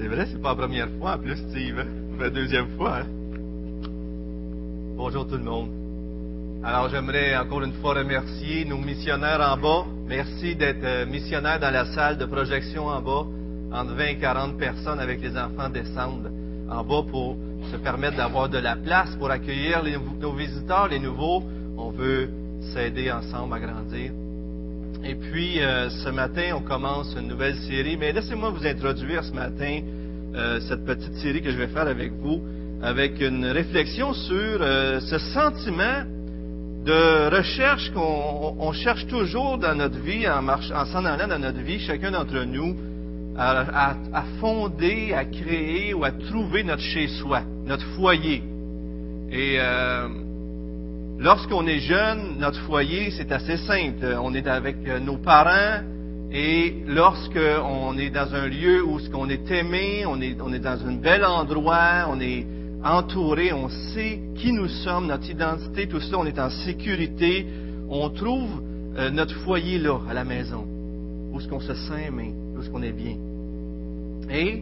C'est vrai, c'est pas la première fois en plus, Steve. C'est la deuxième fois. Hein? Bonjour tout le monde. Alors, j'aimerais encore une fois remercier nos missionnaires en bas. Merci d'être missionnaires dans la salle de projection en bas. Entre 20 et 40 personnes avec les enfants descendent en bas pour se permettre d'avoir de la place pour accueillir nos visiteurs, les nouveaux. On veut s'aider ensemble à grandir. Et puis, ce matin, on commence une nouvelle série. Mais laissez-moi vous introduire ce matin cette petite série que je vais faire avec vous, avec une réflexion sur ce sentiment de recherche qu'on cherche toujours dans notre vie, en s'en allant dans notre vie, chacun d'entre nous, à fonder, à créer ou à trouver notre chez-soi, notre foyer. Et lorsqu'on est jeune, notre foyer, c'est assez simple. On est avec nos parents et lorsqu'on est dans un lieu où on est aimé, on est dans un bel endroit, on est entouré, on sait qui nous sommes, notre identité, tout ça, on est en sécurité, on trouve notre foyer là, à la maison, où est-ce qu'on se sent aimé, où est-ce qu'on est bien. Et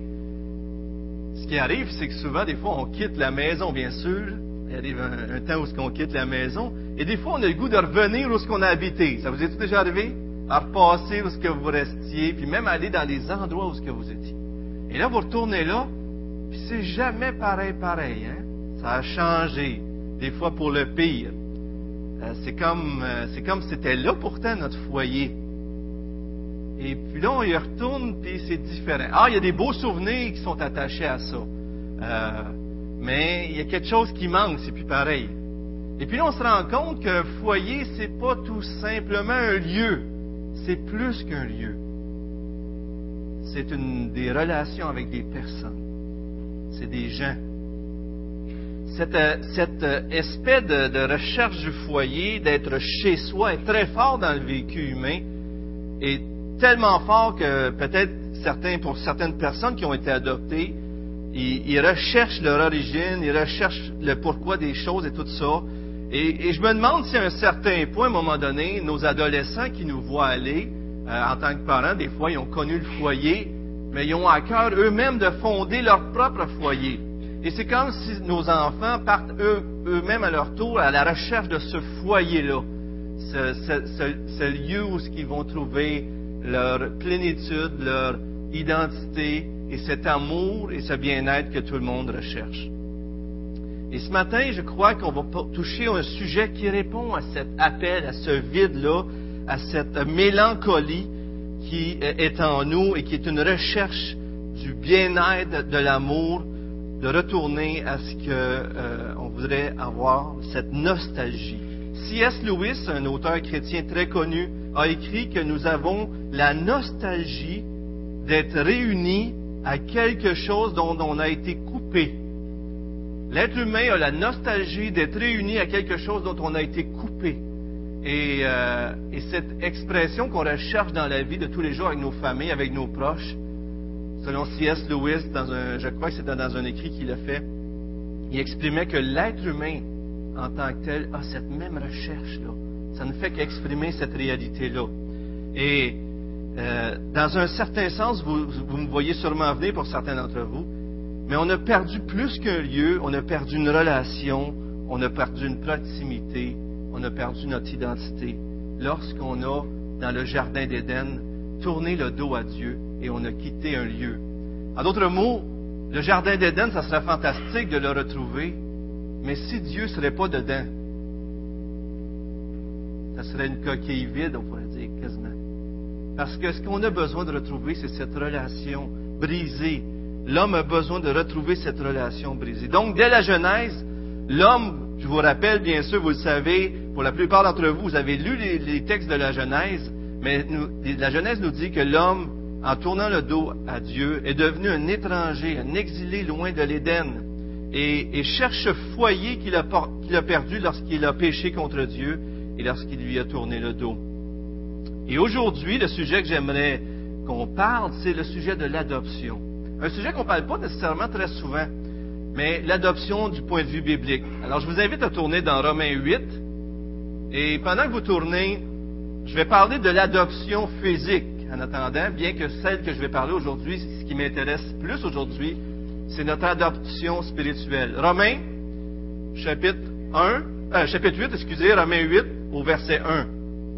ce qui arrive, c'est que souvent, des fois, on quitte la maison, bien sûr. Il arrive un temps où on quitte la maison. Et des fois, on a le goût de revenir où on a habité. Ça vous est déjà arrivé? À repasser où vous restiez, puis même aller dans les endroits où vous étiez. Et là, vous retournez là, puis c'est jamais pareil, hein? Ça a changé. Des fois pour le pire. C'est comme si c'était là pourtant notre foyer. Et puis là, on y retourne, puis c'est différent. Ah, il y a des beaux souvenirs qui sont attachés à ça. Mais il y a quelque chose qui manque, c'est plus pareil. Et puis là, on se rend compte qu'un foyer, c'est pas tout simplement un lieu. C'est plus qu'un lieu. C'est des relations avec des personnes. C'est des gens. Cette espèce de recherche du foyer, d'être chez soi, est très fort dans le vécu humain. Et tellement fort que peut-être pour certaines personnes qui ont été adoptées, ils recherchent leur origine, ils recherchent le pourquoi des choses et tout ça. Et je me demande si à un certain point, à un moment donné, nos adolescents qui nous voient aller, en tant que parents, des fois, ils ont connu le foyer, mais ils ont à cœur eux-mêmes de fonder leur propre foyer. Et c'est comme si nos enfants partent eux-mêmes à leur tour à la recherche de ce foyer-là, ce lieu où ils vont trouver leur plénitude, leur identité et cet amour et ce bien-être que tout le monde recherche. Et ce matin, je crois qu'on va toucher un sujet qui répond à cet appel, à ce vide-là, à cette mélancolie qui est en nous et qui est une recherche du bien-être, de l'amour, de retourner à ce qu'on voudrait avoir, cette nostalgie. C.S. Lewis, un auteur chrétien très connu, a écrit que nous avons la nostalgie d'être réunis à quelque chose dont on a été coupé. L'être humain a la nostalgie d'être réuni à quelque chose dont on a été coupé. Et cette expression qu'on recherche dans la vie de tous les jours avec nos familles, avec nos proches, selon C.S. Lewis, je crois que c'était dans un écrit qu'il a fait, il exprimait que l'être humain, en tant que tel, a cette même recherche-là. Ça ne fait qu'exprimer cette réalité-là. Et dans un certain sens, vous me voyez sûrement venir pour certains d'entre vous, mais on a perdu plus qu'un lieu, on a perdu une relation, on a perdu une proximité, on a perdu notre identité lorsqu'on a, dans le jardin d'Éden, tourné le dos à Dieu et on a quitté un lieu. En d'autres mots, le jardin d'Éden, ça serait fantastique de le retrouver, mais si Dieu ne serait pas dedans, ça serait une coquille vide, on pourrait dire, quasiment. Parce que ce qu'on a besoin de retrouver, c'est cette relation brisée. L'homme a besoin de retrouver cette relation brisée. Donc, dès la Genèse, l'homme, je vous rappelle, bien sûr, vous le savez, pour la plupart d'entre vous, vous avez lu les textes de la Genèse, mais la Genèse nous dit que l'homme, en tournant le dos à Dieu, est devenu un étranger, un exilé loin de l'Éden, et cherche ce foyer qu'il a perdu lorsqu'il a péché contre Dieu et lorsqu'il lui a tourné le dos. Et aujourd'hui, le sujet que j'aimerais qu'on parle, c'est le sujet de l'adoption. Un sujet qu'on ne parle pas nécessairement très souvent, mais l'adoption du point de vue biblique. Alors, je vous invite à tourner dans Romains 8, et pendant que vous tournez, je vais parler de l'adoption physique en attendant, bien que celle que je vais parler aujourd'hui, ce qui m'intéresse plus aujourd'hui, c'est notre adoption spirituelle. Romains, chapitre 8, Romains 8, au verset 1.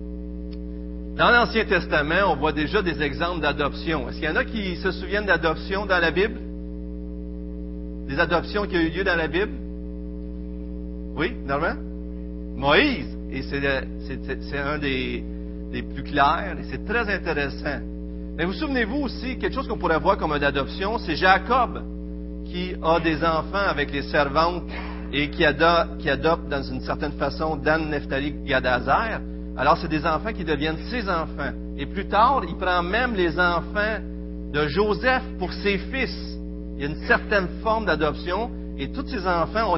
Dans l'Ancien Testament, on voit déjà des exemples d'adoption. Est-ce qu'il y en a qui se souviennent d'adoption dans la Bible? Des adoptions qui ont eu lieu dans la Bible? Oui, Normand? Moïse. Et c'est un des plus clairs, et c'est très intéressant. Mais vous souvenez-vous aussi, quelque chose qu'on pourrait voir comme une adoption, c'est Jacob, qui a des enfants avec les servantes et qui adopte dans une certaine façon Dan, Nephtali, Gad, Aser. Alors, c'est des enfants qui deviennent ses enfants. Et plus tard, il prend même les enfants de Joseph pour ses fils. Il y a une certaine forme d'adoption, et tous ces enfants ont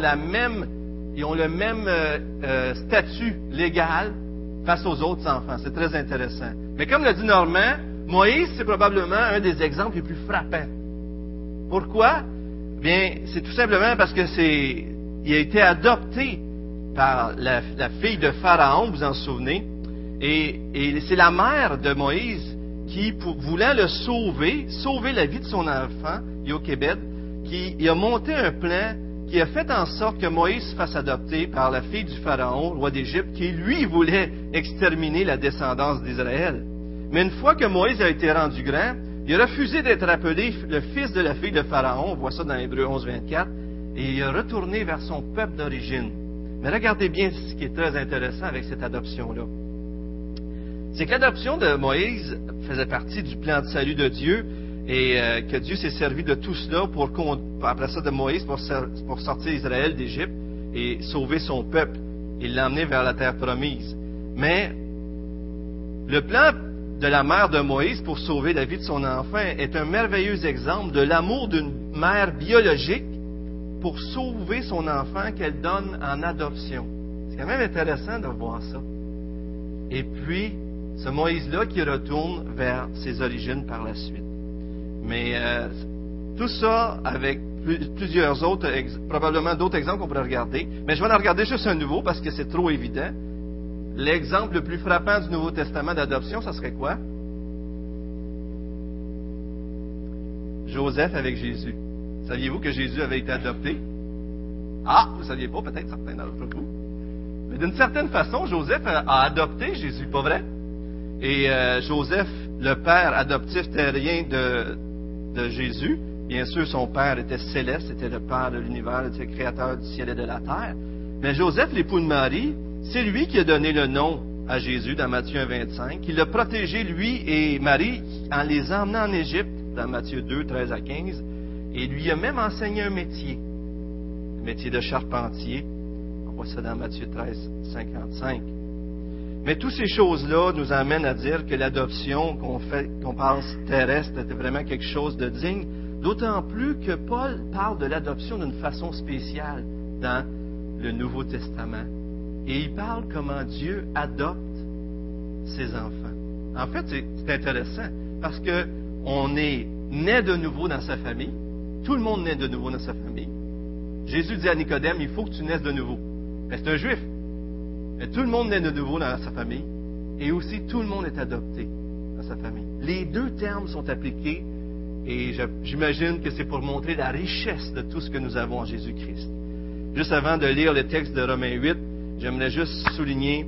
le même statut légal face aux autres enfants. C'est très intéressant. Mais comme l'a dit Normand, Moïse, c'est probablement un des exemples les plus frappants. Pourquoi? Bien, c'est tout simplement parce que il a été adopté par la fille de Pharaon, vous vous en souvenez, et c'est la mère de Moïse qui, voulant le sauver la vie de son enfant, Jochébed, qui a monté un plan qui a fait en sorte que Moïse se fasse adopter par la fille du Pharaon, roi d'Égypte, qui lui voulait exterminer la descendance d'Israël. Mais une fois que Moïse a été rendu grand, il a refusé d'être appelé le fils de la fille de Pharaon, on voit ça dans Hébreux 11, 24, et il a retourné vers son peuple d'origine. Mais regardez bien ce qui est très intéressant avec cette adoption-là. C'est que l'adoption de Moïse faisait partie du plan de salut de Dieu, et que Dieu s'est servi de tout cela après ça de Moïse pour sortir Israël d'Égypte et sauver son peuple et l'emmener vers la terre promise. Mais le plan de la mère de Moïse pour sauver la vie de son enfant est un merveilleux exemple de l'amour d'une mère biologique pour sauver son enfant qu'elle donne en adoption. C'est quand même intéressant de voir ça. Et puis, ce Moïse-là qui retourne vers ses origines par la suite. Mais tout ça avec plusieurs autres, probablement d'autres exemples qu'on pourrait regarder. Mais je vais en regarder juste un nouveau parce que c'est trop évident. L'exemple le plus frappant du Nouveau Testament d'adoption, ça serait quoi? Joseph avec Jésus. Saviez-vous que Jésus avait été adopté? Ah, vous ne saviez pas, peut-être certains d'entre vous. Mais d'une certaine façon, Joseph a adopté Jésus, pas vrai? Et Joseph, le père adoptif terrien de Jésus, bien sûr, son père était céleste, c'était le père de l'univers, c'était le créateur du ciel et de la terre. Mais Joseph, l'époux de Marie, c'est lui qui a donné le nom à Jésus dans Matthieu 1,25. Il l'a protégé, lui et Marie, en les emmenant en Égypte, dans Matthieu 2, 13 à 15. Et lui a même enseigné un métier, le métier de charpentier. On voit ça dans Matthieu 13, 55. Mais toutes ces choses-là nous amènent à dire que l'adoption qu'on pense terrestre était vraiment quelque chose de digne, d'autant plus que Paul parle de l'adoption d'une façon spéciale dans le Nouveau Testament. Et il parle comment Dieu adopte ses enfants. En fait, c'est intéressant parce que on est né de nouveau dans sa famille. Tout le monde naît de nouveau dans sa famille. Jésus dit à Nicodème, il faut que tu naisses de nouveau. Mais c'est un juif. Mais tout le monde naît de nouveau dans sa famille. Et aussi, tout le monde est adopté dans sa famille. Les deux termes sont appliqués et j'imagine que c'est pour montrer la richesse de tout ce que nous avons en Jésus-Christ. Juste avant de lire le texte de Romains 8, j'aimerais juste souligner,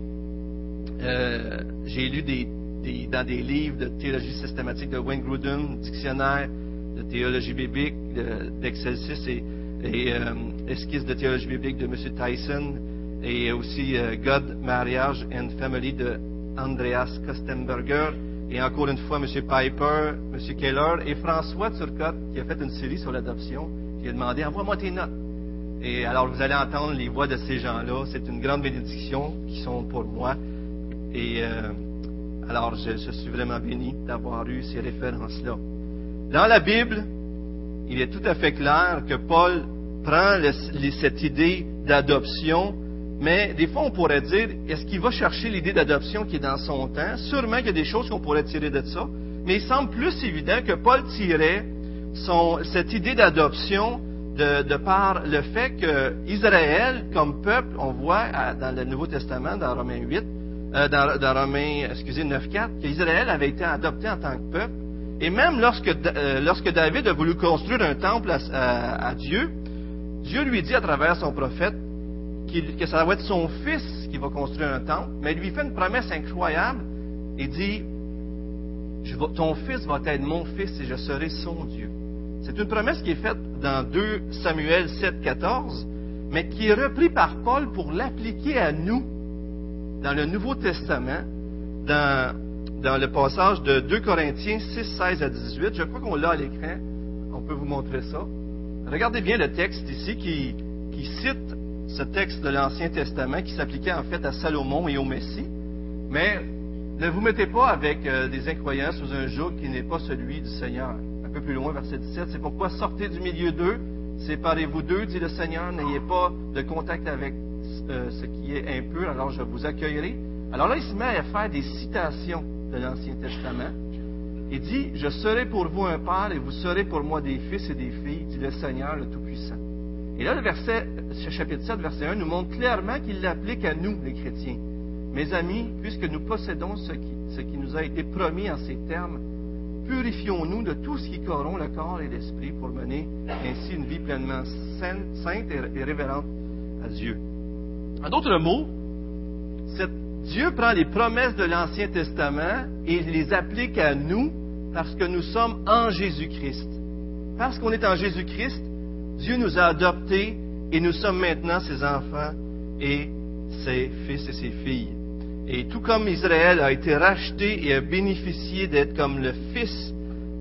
j'ai lu dans des livres de théologie systématique de Wayne Grudem, dictionnaire de théologie biblique d'Excelsis et esquisse de théologie biblique de M. Tyson, et aussi God, Marriage and Family de Andreas Kostenberger, et encore une fois M. Piper, M. Keller, et François Turcotte, qui a fait une série sur l'adoption, qui a demandé « Envoie-moi tes notes ». Et alors, vous allez entendre les voix de ces gens-là. C'est une grande bénédiction qui sont pour moi. Et alors, je suis vraiment béni d'avoir eu ces références-là. Dans la Bible, il est tout à fait clair que Paul prend cette idée d'adoption, mais des fois, on pourrait dire, est-ce qu'il va chercher l'idée d'adoption qui est dans son temps? Sûrement qu'il y a des choses qu'on pourrait tirer de ça, mais il semble plus évident que Paul tirait cette idée d'adoption de par le fait que Israël, comme peuple, on voit dans le Nouveau Testament, dans Romains 8, dans Romains 9.4, qu'Israël avait été adopté en tant que peuple. Et même lorsque David a voulu construire un temple à Dieu, Dieu lui dit à travers son prophète que ça va être son fils qui va construire un temple, mais il lui fait une promesse incroyable. Il dit, ton fils va être mon fils et je serai son Dieu. C'est une promesse qui est faite dans 2 Samuel 7.14, mais qui est repris par Paul pour l'appliquer à nous dans le Nouveau Testament, dans le passage de 2 Corinthiens 6, 16 à 18. Je crois qu'on l'a à l'écran. On peut vous montrer ça. Regardez bien le texte ici qui cite ce texte de l'Ancien Testament qui s'appliquait en fait à Salomon et au Messie. Mais ne vous mettez pas avec des incroyants sous un joug qui n'est pas celui du Seigneur. Un peu plus loin, verset 17, c'est pourquoi sortez du milieu d'eux, séparez-vous d'eux, dit le Seigneur, n'ayez pas de contact avec ce qui est impur, alors je vous accueillerai. Alors là, il se met à faire des citations de l'Ancien Testament. Il dit, je serai pour vous un père et vous serez pour moi des fils et des filles, dit le Seigneur le Tout-Puissant. Et là, ce chapitre 7, verset 1, nous montre clairement qu'il l'applique à nous, les chrétiens. Mes amis, puisque nous possédons ce qui nous a été promis en ces termes, purifions-nous de tout ce qui corrompt le corps et l'esprit pour mener ainsi une vie pleinement sainte et révérente à Dieu. En d'autres mots, Dieu prend les promesses de l'Ancien Testament et les applique à nous parce que nous sommes en Jésus-Christ. Parce qu'on est en Jésus-Christ, Dieu nous a adoptés et nous sommes maintenant ses enfants et ses fils et ses filles. Et tout comme Israël a été racheté et a bénéficié d'être comme le fils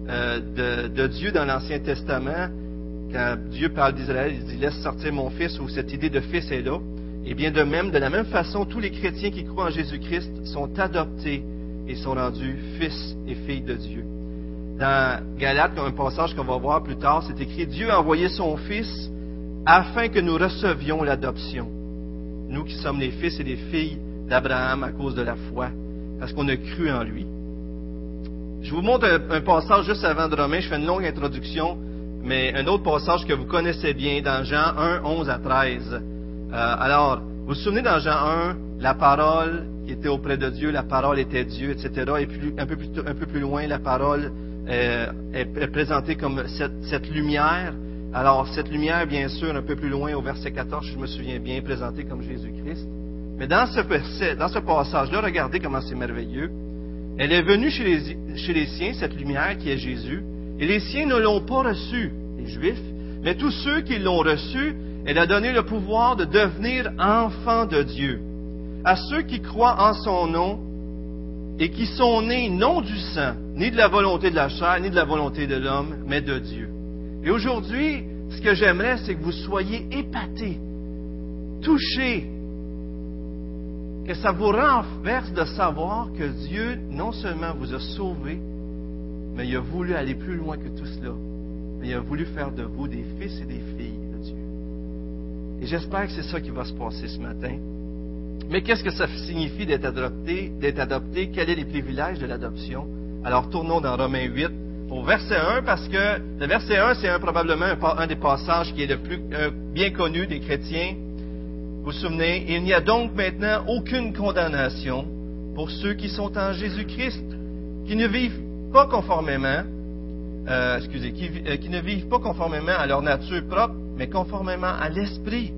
de Dieu dans l'Ancien Testament, quand Dieu parle d'Israël, il dit « Laisse sortir mon fils » ou cette idée de fils est là. Et bien de la même façon, tous les chrétiens qui croient en Jésus-Christ sont adoptés et sont rendus fils et filles de Dieu. Dans Galates, comme un passage qu'on va voir plus tard, c'est écrit « Dieu a envoyé son Fils afin que nous recevions l'adoption. » Nous qui sommes les fils et les filles d'Abraham à cause de la foi, parce qu'on a cru en lui. Je vous montre un passage juste avant de Romains, je fais une longue introduction, mais un autre passage que vous connaissez bien dans Jean 1, 11 à 13. Alors, vous vous souvenez dans Jean 1, la parole qui était auprès de Dieu, la parole était Dieu, etc. Et puis, un peu plus loin, la parole est présentée comme cette lumière. Alors, cette lumière, bien sûr, un peu plus loin, au verset 14, si je me souviens bien, présentée comme Jésus-Christ. Mais dans ce passage-là, regardez comment c'est merveilleux. Elle est venue chez les siens, cette lumière qui est Jésus, et les siens ne l'ont pas reçue, les Juifs, mais tous ceux qui l'ont reçue, elle a donné le pouvoir de devenir enfants de Dieu, à ceux qui croient en son nom et qui sont nés non du sang, ni de la volonté de la chair, ni de la volonté de l'homme, mais de Dieu. Et aujourd'hui, ce que j'aimerais, c'est que vous soyez épatés, touchés, que ça vous renverse de savoir que Dieu non seulement vous a sauvés, mais il a voulu aller plus loin que tout cela. Mais il a voulu faire de vous des fils et des filles de Dieu. Et j'espère que c'est ça qui va se passer ce matin. Mais qu'est-ce que ça signifie d'être adopté? Quels sont les privilèges de l'adoption? Alors tournons dans Romains 8, au verset 1, parce que le verset 1, c'est probablement un des passages qui est le plus bien connu des chrétiens. Vous vous souvenez, il n'y a donc maintenant aucune condamnation pour ceux qui sont en Jésus-Christ, qui ne vivent pas conformément, qui ne vivent pas conformément à leur nature propre, mais conformément à l'Esprit.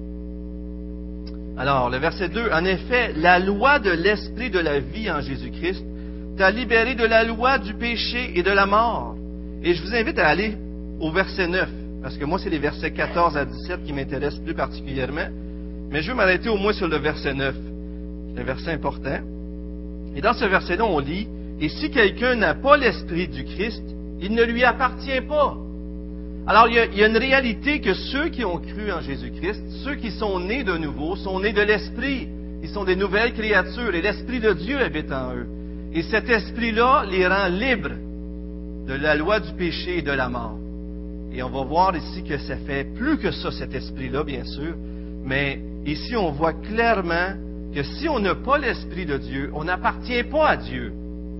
Alors, le verset 2, en effet, la loi de l'Esprit de la vie en Jésus-Christ t'a libéré de la loi du péché et de la mort. Et je vous invite à aller au verset 9, parce que moi, c'est les versets 14 à 17 qui m'intéressent plus particulièrement. Mais je veux m'arrêter au moins sur le verset 9. C'est un verset important. Et dans ce verset-là, on lit, « Et si quelqu'un n'a pas l'Esprit du Christ, il ne lui appartient pas. » Alors, il y a une réalité que ceux qui ont cru en Jésus-Christ, ceux qui sont nés de nouveau, sont nés de l'Esprit. Ils sont des nouvelles créatures et l'Esprit de Dieu habite en eux. Et cet Esprit-là les rend libres de la loi du péché et de la mort. Et on va voir ici que ça fait plus que ça, cet Esprit-là, bien sûr. Mais ici, on voit clairement que si on n'a pas l'Esprit de Dieu, on n'appartient pas à Dieu.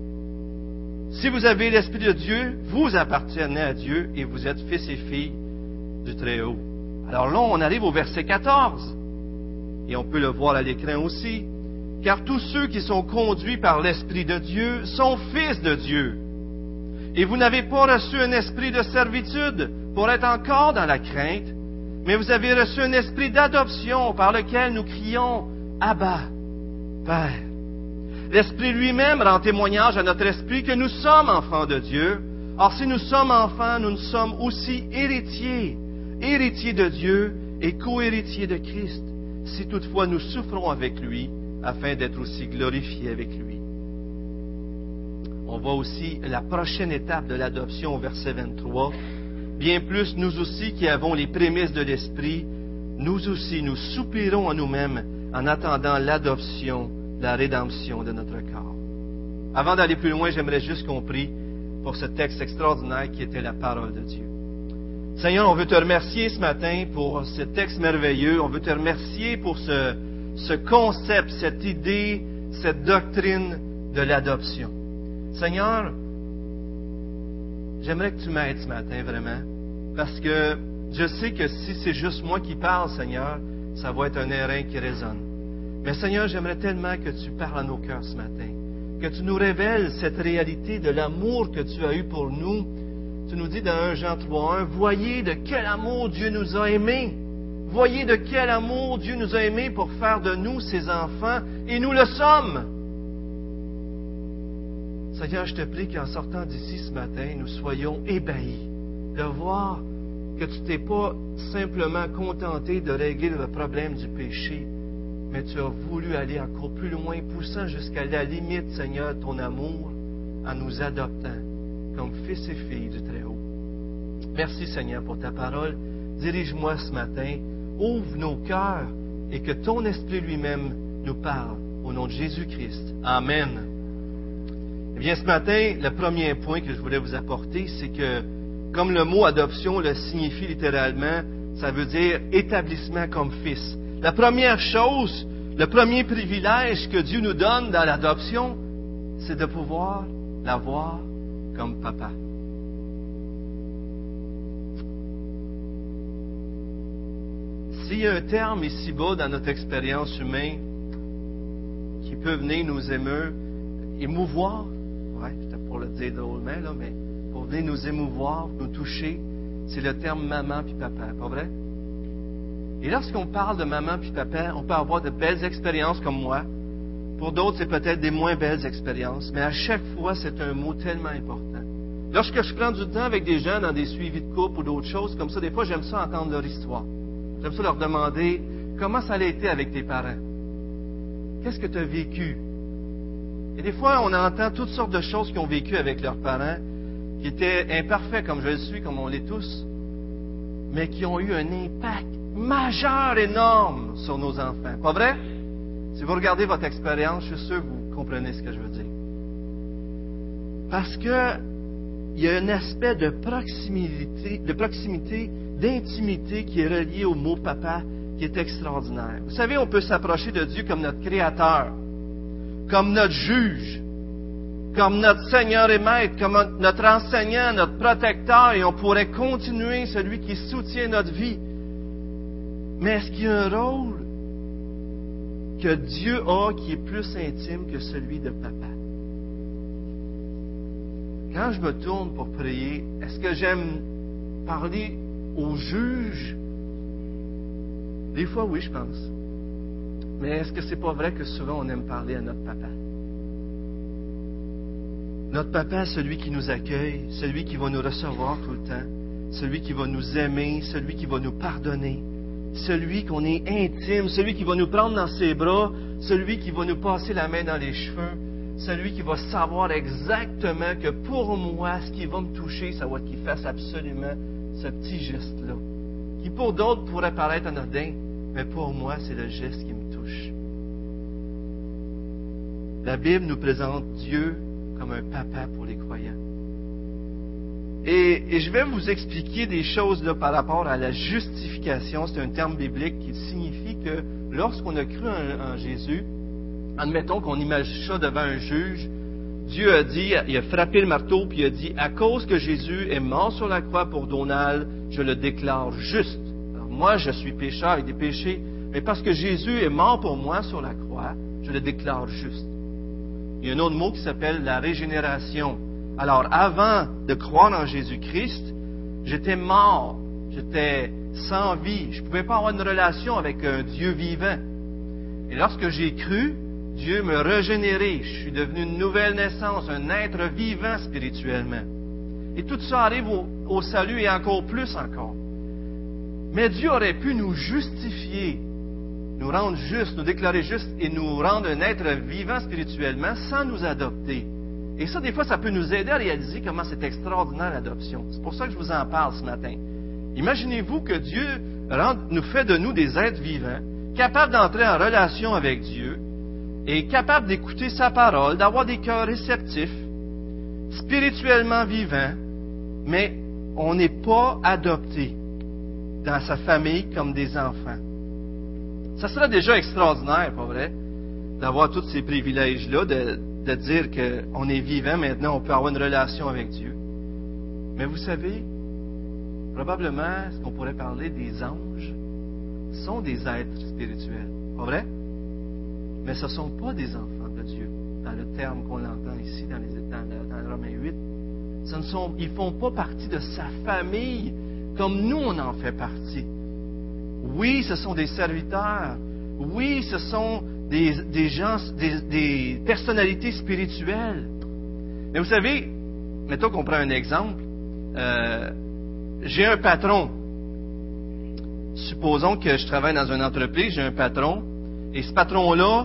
Si vous avez l'Esprit de Dieu, vous appartenez à Dieu et vous êtes fils et filles du Très-Haut. Alors là, on arrive au verset 14. Et on peut le voir à l'écran aussi. Car tous ceux qui sont conduits par l'Esprit de Dieu sont fils de Dieu. Et vous n'avez pas reçu un esprit de servitude pour être encore dans la crainte, mais vous avez reçu un esprit d'adoption par lequel nous crions « Abba, Père ». L'Esprit lui-même rend témoignage à notre esprit que nous sommes enfants de Dieu. Or, si nous sommes enfants, nous sommes aussi héritiers, héritiers de Dieu et co-héritiers de Christ, si toutefois nous souffrons avec lui, afin d'être aussi glorifiés avec lui. On voit aussi la prochaine étape de l'adoption au verset 23. Bien plus, nous aussi qui avons les prémices de l'Esprit, nous aussi, nous soupirons en nous-mêmes en attendant l'adoption, la rédemption de notre corps. Avant d'aller plus loin, j'aimerais juste qu'on prie pour ce texte extraordinaire qui était la parole de Dieu. Seigneur, on veut te remercier ce matin pour ce texte merveilleux. On veut te remercier pour ce concept, cette idée, cette doctrine de l'adoption. Seigneur, j'aimerais que tu m'aides ce matin, vraiment, parce que je sais que si c'est juste moi qui parle, Seigneur, ça va être un airain qui résonne. Mais Seigneur, j'aimerais tellement que tu parles à nos cœurs ce matin, que tu nous révèles cette réalité de l'amour que tu as eu pour nous. Tu nous dis dans 1 Jean 3:1, « Voyez de quel amour Dieu nous a aimés. Voyez de quel amour Dieu nous a aimés pour faire de nous ses enfants, et nous le sommes. » Seigneur, je te prie qu'en sortant d'ici ce matin, nous soyons ébahis de voir que tu t'es pas simplement contenté de régler le problème du péché, mais tu as voulu aller encore plus loin, poussant jusqu'à la limite, Seigneur, ton amour, en nous adoptant comme fils et filles du Très-Haut. Merci, Seigneur, pour ta parole. Dirige-moi ce matin, ouvre nos cœurs et que ton Esprit lui-même nous parle. Au nom de Jésus-Christ. Amen. Eh bien, ce matin, le premier point que je voulais vous apporter, c'est que, comme le mot adoption le signifie littéralement, ça veut dire établissement comme fils. La première chose, le premier privilège que Dieu nous donne dans l'adoption, c'est de pouvoir l'avoir comme papa. S'il y a un terme ici-bas dans notre expérience humaine qui peut venir nous émouvoir, ouais, c'était pour le dire drôlement, là, mais pour venir nous émouvoir, nous toucher, c'est le terme maman puis papa, pas vrai? Et lorsqu'on parle de maman puis papa, on peut avoir de belles expériences comme moi. Pour d'autres, c'est peut-être des moins belles expériences, mais à chaque fois, c'est un mot tellement important. Lorsque je prends du temps avec des gens dans des suivis de couple ou d'autres choses comme ça, des fois, j'aime ça entendre leur histoire. J'aime ça leur demander comment ça a été avec tes parents. Qu'est-ce que tu as vécu? Et des fois, on entend toutes sortes de choses qu'ils ont vécues avec leurs parents, qui étaient imparfaits comme je le suis, comme on l'est tous, mais qui ont eu un impact majeur, énorme sur nos enfants. Pas vrai? Si vous regardez votre expérience, je suis sûr que vous comprenez ce que je veux dire. Parce que il y a un aspect de proximité, d'intimité qui est relié au mot papa, qui est extraordinaire. Vous savez, on peut s'approcher de Dieu comme notre Créateur, comme notre juge, comme notre Seigneur et Maître, comme notre enseignant, notre protecteur, et on pourrait continuer celui qui soutient notre vie. Mais est-ce qu'il y a un rôle que Dieu a qui est plus intime que celui de papa? Quand je me tourne pour prier, est-ce que j'aime parler au juge? Des fois, oui, je pense. Mais est-ce que c'est pas vrai que souvent on aime parler à notre papa? Notre papa, celui qui nous accueille, celui qui va nous recevoir tout le temps, celui qui va nous aimer, celui qui va nous pardonner, celui qu'on est intime, celui qui va nous prendre dans ses bras, celui qui va nous passer la main dans les cheveux, celui qui va savoir exactement que pour moi, ce qui va me toucher, ça va être qu'il fasse absolument ce petit geste-là, qui pour d'autres pourrait paraître anodin, mais pour moi, c'est le geste qui me touche. La Bible nous présente Dieu comme un papa pour les croyants. Et je vais vous expliquer des choses là, par rapport à la justification. C'est un terme biblique qui signifie que lorsqu'on a cru en Jésus, admettons qu'on imagine ça devant un juge, Dieu a dit, il a frappé le marteau, puis il a dit, à cause que Jésus est mort sur la croix pour Donald, je le déclare juste. Alors moi, je suis pécheur avec des péchés, mais parce que Jésus est mort pour moi sur la croix, je le déclare juste. Il y a un autre mot qui s'appelle la régénération. Alors, avant de croire en Jésus-Christ, j'étais mort, j'étais sans vie, je ne pouvais pas avoir une relation avec un Dieu vivant. Et lorsque j'ai cru, Dieu me régénéré, je suis devenu une nouvelle naissance, un être vivant spirituellement. Et tout ça arrive au salut et encore plus encore. Mais Dieu aurait pu nous justifier, nous rendre justes, nous déclarer justes et nous rendre un être vivant spirituellement sans nous adopter. Et ça, des fois, ça peut nous aider à réaliser comment c'est extraordinaire l'adoption. C'est pour ça que je vous en parle ce matin. Imaginez-vous que Dieu nous fait de nous des êtres vivants, capables d'entrer en relation avec Dieu et capables d'écouter sa parole, d'avoir des cœurs réceptifs, spirituellement vivants, mais on n'est pas adopté dans sa famille comme des enfants. Ça serait déjà extraordinaire, pas vrai, d'avoir tous ces privilèges-là, de dire qu'on est vivant, maintenant on peut avoir une relation avec Dieu. Mais vous savez, probablement, ce qu'on pourrait parler des anges sont des êtres spirituels, pas vrai? Mais ce ne sont pas des enfants de Dieu, dans le terme qu'on entend ici dans Romains 8. Ils ne font pas partie de sa famille comme nous on en fait partie. Oui, ce sont des serviteurs. Oui, ce sont des gens, des personnalités spirituelles. Mais vous savez, mettons qu'on prend un exemple. J'ai un patron. Supposons que je travaille dans une entreprise, j'ai un patron, et ce patron-là,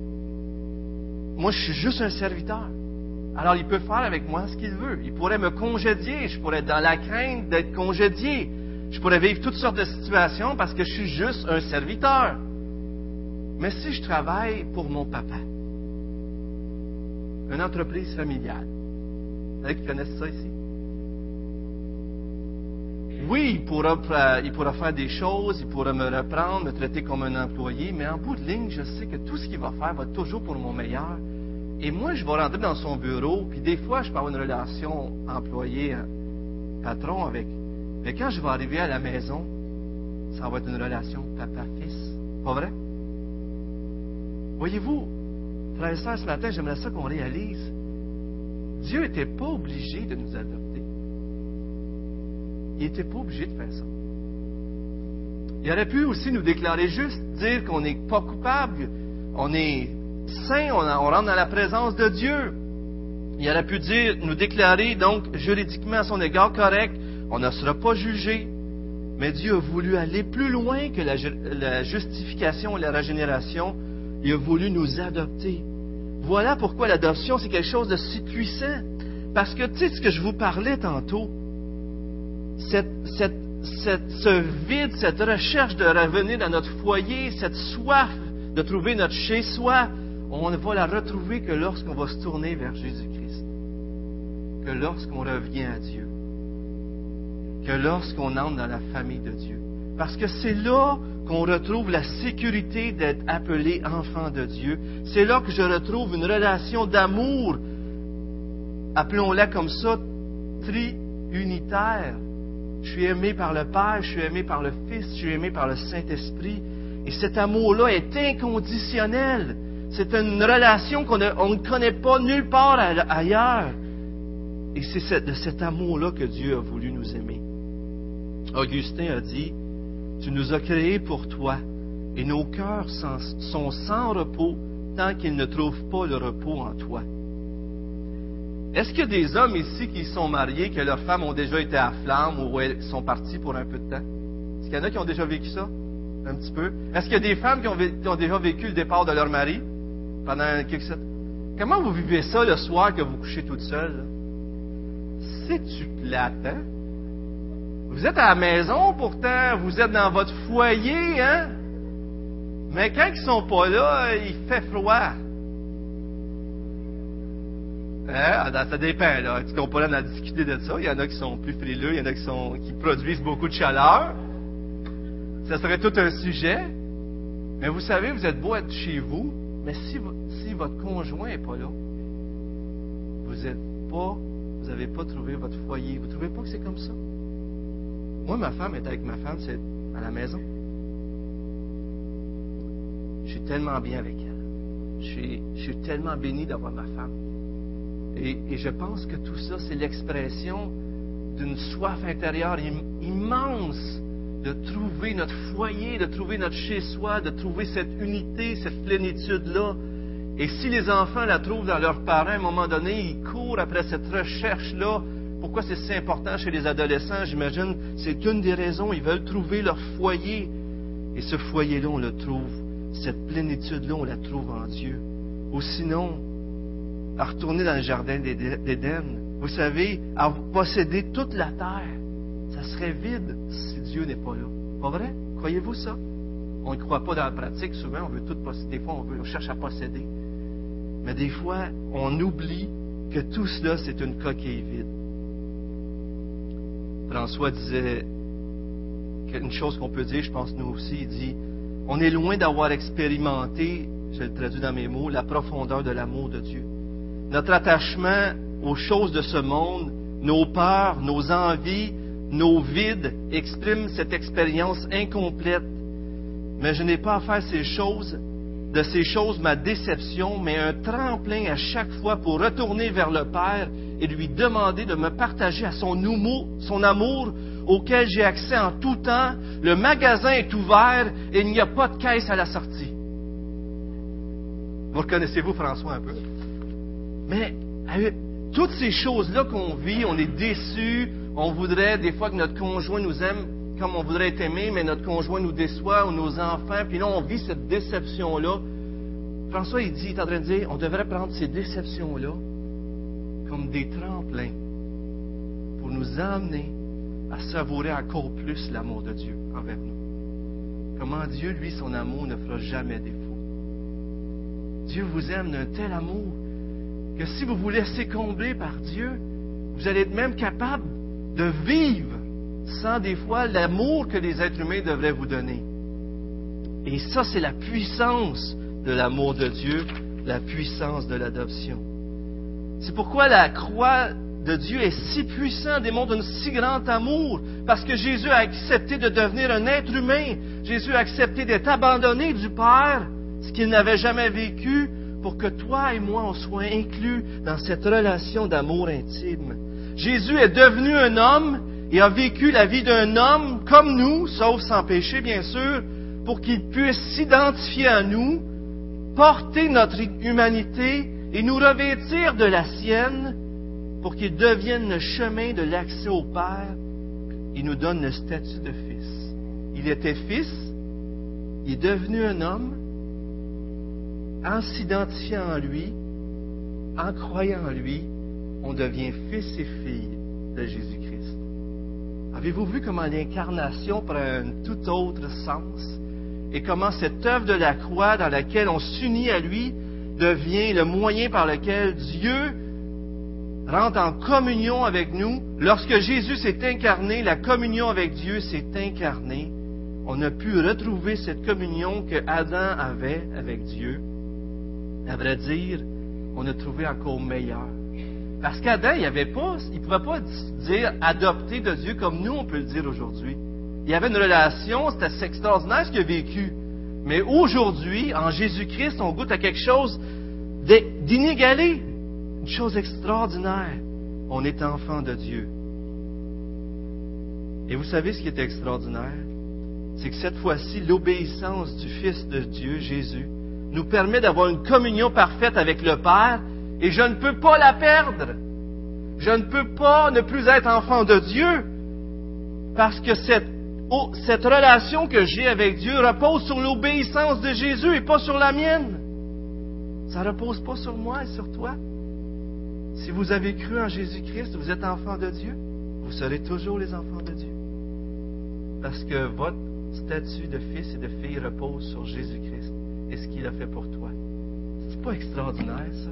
moi je suis juste un serviteur. Alors il peut faire avec moi ce qu'il veut. Il pourrait me congédier, je pourrais être dans la crainte d'être congédié. Je pourrais vivre toutes sortes de situations parce que je suis juste un serviteur. Mais si je travaille pour mon papa, une entreprise familiale, vous savez qui connaissent ça ici? Oui, il pourra faire des choses, il pourra me reprendre, me traiter comme un employé, mais en bout de ligne, je sais que tout ce qu'il va faire va être toujours pour mon meilleur. Et moi, je vais rentrer dans son bureau, puis des fois, je peux avoir une relation employé-patron avec. Mais quand je vais arriver à la maison, ça va être une relation papa-fils. Pas vrai? Voyez-vous, frères et sœurs, ce matin, j'aimerais ça qu'on réalise. Dieu n'était pas obligé de nous adopter. Il n'était pas obligé de faire ça. Il aurait pu aussi nous déclarer juste, dire qu'on n'est pas coupable, on est saint, on rentre dans la présence de Dieu. Il aurait pu nous déclarer donc juridiquement à son égard correct, on ne sera pas jugé. Mais Dieu a voulu aller plus loin que la justification et la régénération. Il a voulu nous adopter. Voilà pourquoi l'adoption, c'est quelque chose de si puissant. Parce que, tu sais, ce que je vous parlais tantôt, ce vide, cette recherche de revenir dans notre foyer, cette soif de trouver notre chez-soi, on ne va la retrouver que lorsqu'on va se tourner vers Jésus-Christ. Que lorsqu'on revient à Dieu. Que lorsqu'on entre dans la famille de Dieu. Parce que c'est là qu'on retrouve la sécurité d'être appelé enfant de Dieu. C'est là que je retrouve une relation d'amour, appelons-la comme ça, triunitaire. Je suis aimé par le Père, je suis aimé par le Fils, je suis aimé par le Saint-Esprit. Et cet amour-là est inconditionnel. C'est une relation qu'on ne connaît pas nulle part ailleurs. Et c'est de cet amour-là que Dieu a voulu nous aimer. Augustin a dit, « Tu nous as créés pour toi, et nos cœurs sont sans repos tant qu'ils ne trouvent pas le repos en toi. » Est-ce qu'il y a des hommes ici qui sont mariés, que leurs femmes ont déjà été à flamme ou elles sont parties pour un peu de temps? Est-ce qu'il y en a qui ont déjà vécu ça? Un petit peu. Est-ce qu'il y a des femmes qui ont déjà vécu le départ de leur mari pendant quelques semaines? Comment vous vivez ça le soir que vous couchez toute seule? C'est-tu plate, hein? Vous êtes à la maison, pourtant, vous êtes dans votre foyer, hein? Mais quand ils sont pas là, il fait froid. Hein? Ça dépend, là. Tu comprends, on a discuté de ça. Il y en a qui sont plus frileux, il y en a qui produisent beaucoup de chaleur. Ça serait tout un sujet. Mais vous savez, vous êtes beau être chez vous, mais si votre conjoint n'est pas là, vous n'avez pas trouvé votre foyer. Vous ne trouvez pas que c'est comme ça? Moi, ma femme est avec ma femme, c'est à la maison. Je suis tellement bien avec elle. je suis tellement béni d'avoir ma femme. Et je pense que tout ça, c'est l'expression d'une soif intérieure immense de trouver notre foyer, de trouver notre chez-soi, de trouver cette unité, cette plénitude-là. Et si les enfants la trouvent dans leurs parents, à un moment donné, ils courent après cette recherche-là. Pourquoi c'est si important chez les adolescents, j'imagine, c'est une des raisons. Ils veulent trouver leur foyer. Et ce foyer-là, on le trouve. Cette plénitude-là, on la trouve en Dieu. Ou sinon, à retourner dans le jardin d'Éden, vous savez, à posséder toute la terre, ça serait vide si Dieu n'est pas là. Pas vrai? Croyez-vous ça? On ne croit pas dans la pratique. Souvent, on veut tout posséder. Des fois, on cherche à posséder. Mais des fois, on oublie que tout cela, c'est une coquille vide. François disait une chose qu'on peut dire, je pense nous aussi, il dit, on est loin d'avoir expérimenté, je le traduis dans mes mots, la profondeur de l'amour de Dieu. Notre attachement aux choses de ce monde, nos peurs, nos envies, nos vides expriment cette expérience incomplète. Mais je n'ai pas à faire de ces choses ma déception, mais un tremplin à chaque fois pour retourner vers le Père et lui demander de me partager à son amour auquel j'ai accès en tout temps. Le magasin est ouvert et il n'y a pas de caisse à la sortie. Vous reconnaissez-vous François un peu? Mais toutes ces choses-là qu'on vit, on est déçus, on voudrait des fois que notre conjoint nous aime comme on voudrait être aimé, mais notre conjoint nous déçoit, ou nos enfants, puis là on vit cette déception-là. François, il est en train de dire, on devrait prendre ces déceptions-là comme des tremplins pour nous emmener à savourer encore plus l'amour de Dieu envers nous. Comment Dieu, lui, son amour ne fera jamais défaut. Dieu vous aime d'un tel amour que si vous vous laissez combler par Dieu, vous allez être même capable de vivre sans des fois l'amour que les êtres humains devraient vous donner. Et ça, c'est la puissance de l'amour de Dieu, la puissance de l'adoption. C'est pourquoi la croix de Dieu est si puissante, démontre un si grand amour, parce que Jésus a accepté de devenir un être humain. Jésus a accepté d'être abandonné du Père, ce qu'il n'avait jamais vécu, pour que toi et moi, on soit inclus dans cette relation d'amour intime. Jésus est devenu un homme et a vécu la vie d'un homme comme nous, sauf sans péché, bien sûr, pour qu'il puisse s'identifier à nous, porter notre humanité et nous revêtir de la sienne pour qu'il devienne le chemin de l'accès au Père et nous donne le statut de fils. Il était fils, il est devenu un homme, en s'identifiant en lui, en croyant en lui, on devient fils et filles de Jésus-Christ. Avez-vous vu comment l'incarnation prend un tout autre sens et comment cette œuvre de la croix dans laquelle on s'unit à lui devient le moyen par lequel Dieu rentre en communion avec nous. Lorsque Jésus s'est incarné, la communion avec Dieu s'est incarnée. On a pu retrouver cette communion que Adam avait avec Dieu. À vrai dire, on a trouvé encore meilleur. Parce qu'Adam, il ne pouvait pas dire adopté de Dieu comme nous, on peut le dire aujourd'hui. Il y avait une relation, c'était assez extraordinaire ce qu'il a vécu. Mais aujourd'hui, en Jésus-Christ, on goûte à quelque chose d'inégalé. Une chose extraordinaire. On est enfant de Dieu. Et vous savez ce qui est extraordinaire? C'est que cette fois-ci, l'obéissance du Fils de Dieu, Jésus, nous permet d'avoir une communion parfaite avec le Père, et je ne peux pas la perdre. Je ne peux pas ne plus être enfant de Dieu, parce que cette relation que j'ai avec Dieu repose sur l'obéissance de Jésus et pas sur la mienne. Ça ne repose pas sur moi et sur toi. Si vous avez cru en Jésus-Christ, vous êtes enfant de Dieu, vous serez toujours les enfants de Dieu. Parce que votre statut de fils et de fille repose sur Jésus-Christ et ce qu'il a fait pour toi. C'est pas extraordinaire, ça?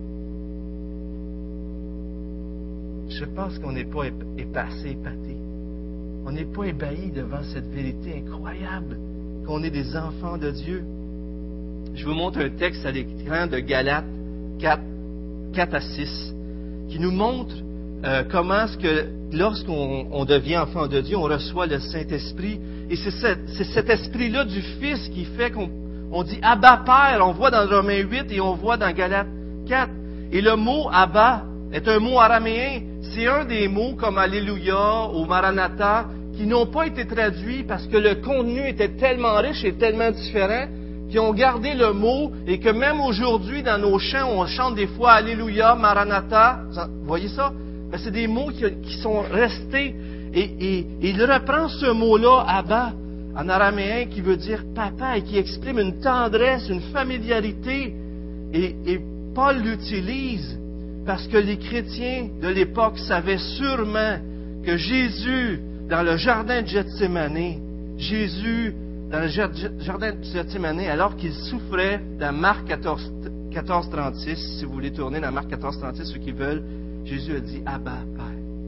Je pense qu'on n'est pas épaté. On n'est pas ébahi devant cette vérité incroyable qu'on est des enfants de Dieu. Je vous montre un texte à l'écran de Galates 4 à 6 qui nous montre comment est-ce que lorsqu'on devient enfant de Dieu, on reçoit le Saint-Esprit. Et c'est cet esprit-là du Fils qui fait qu'on On dit Abba Père, on voit dans Romains 8 et on voit dans Galates 4. Et le mot Abba est un mot araméen. C'est un des mots comme Alléluia ou Maranatha qui n'ont pas été traduits parce que le contenu était tellement riche et tellement différent qu'ils ont gardé le mot et que même aujourd'hui dans nos chants, on chante des fois Alléluia, Maranatha. Vous voyez ça? Ben, c'est des mots qui sont restés. Et il reprend ce mot-là, Abba, en araméen, qui veut dire papa et qui exprime une tendresse, une familiarité. Et Paul l'utilise parce que les chrétiens de l'époque savaient sûrement que Jésus, dans le jardin de Gethsémani, alors qu'il souffrait, dans Marc 14:36, si vous voulez tourner dans Marc 14:36, ceux qui veulent, Jésus a dit Abba, Père.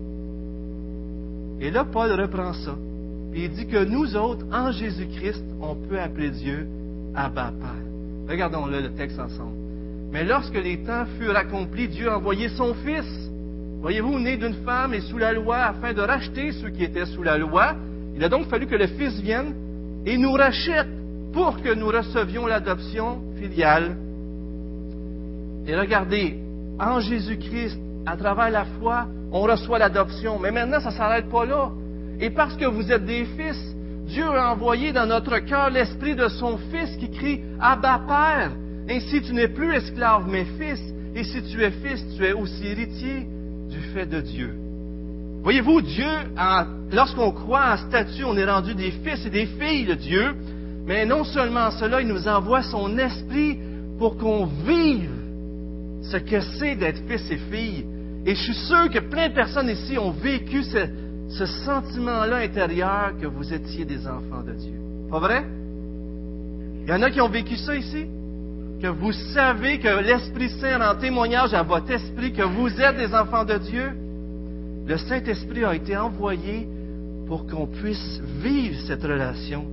Et là, Paul reprend ça. Puis il dit que nous autres, en Jésus-Christ, on peut appeler Dieu Abba, Père. Regardons-le, le texte ensemble. Mais lorsque les temps furent accomplis, Dieu a envoyé son Fils. Voyez-vous, né d'une femme et sous la loi, afin de racheter ceux qui étaient sous la loi. Il a donc fallu que le Fils vienne et nous rachète pour que nous recevions l'adoption filiale. Et regardez, en Jésus-Christ, à travers la foi, on reçoit l'adoption. Mais maintenant, ça ne s'arrête pas là. Et parce que vous êtes des fils, Dieu a envoyé dans notre cœur l'esprit de son Fils qui crie « Abba, Père ». Ainsi, tu n'es plus esclave, mais fils. Et si tu es fils, tu es aussi héritier du fait de Dieu. Voyez-vous, Dieu, lorsqu'on croit en statut, on est rendu des fils et des filles de Dieu. Mais non seulement cela, il nous envoie son esprit pour qu'on vive ce que c'est d'être fils et filles. Et je suis sûr que plein de personnes ici ont vécu ce sentiment-là intérieur que vous étiez des enfants de Dieu. Pas vrai? Il y en a qui ont vécu ça ici? Que vous savez que l'Esprit Saint rend témoignage à votre esprit que vous êtes des enfants de Dieu. Le Saint-Esprit a été envoyé pour qu'on puisse vivre cette relation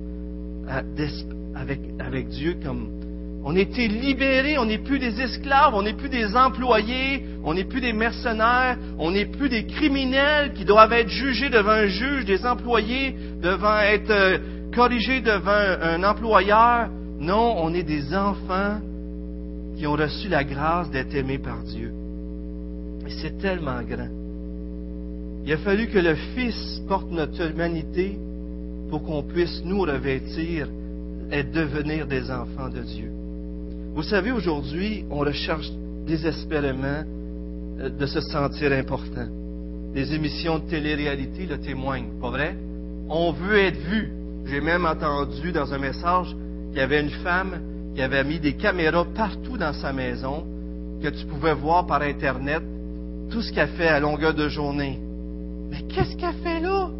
avec Dieu. Comme on a été libérés, on n'est plus des esclaves, on n'est plus des employés, on n'est plus des mercenaires, on n'est plus des criminels qui doivent être jugés devant un juge, des employés devant être corrigés devant un employeur. Non, on est des enfants qui ont reçu la grâce d'être aimés par Dieu. Et c'est tellement grand. Il a fallu que le Fils porte notre humanité pour qu'on puisse nous revêtir et devenir des enfants de Dieu. Vous savez, aujourd'hui, on recherche désespérément de se sentir important. Les émissions de télé-réalité le témoignent, pas vrai? On veut être vu. J'ai même entendu dans un message qu'il y avait une femme qui avait mis des caméras partout dans sa maison, que tu pouvais voir par Internet tout ce qu'elle fait à longueur de journée. Mais qu'est-ce qu'elle fait là?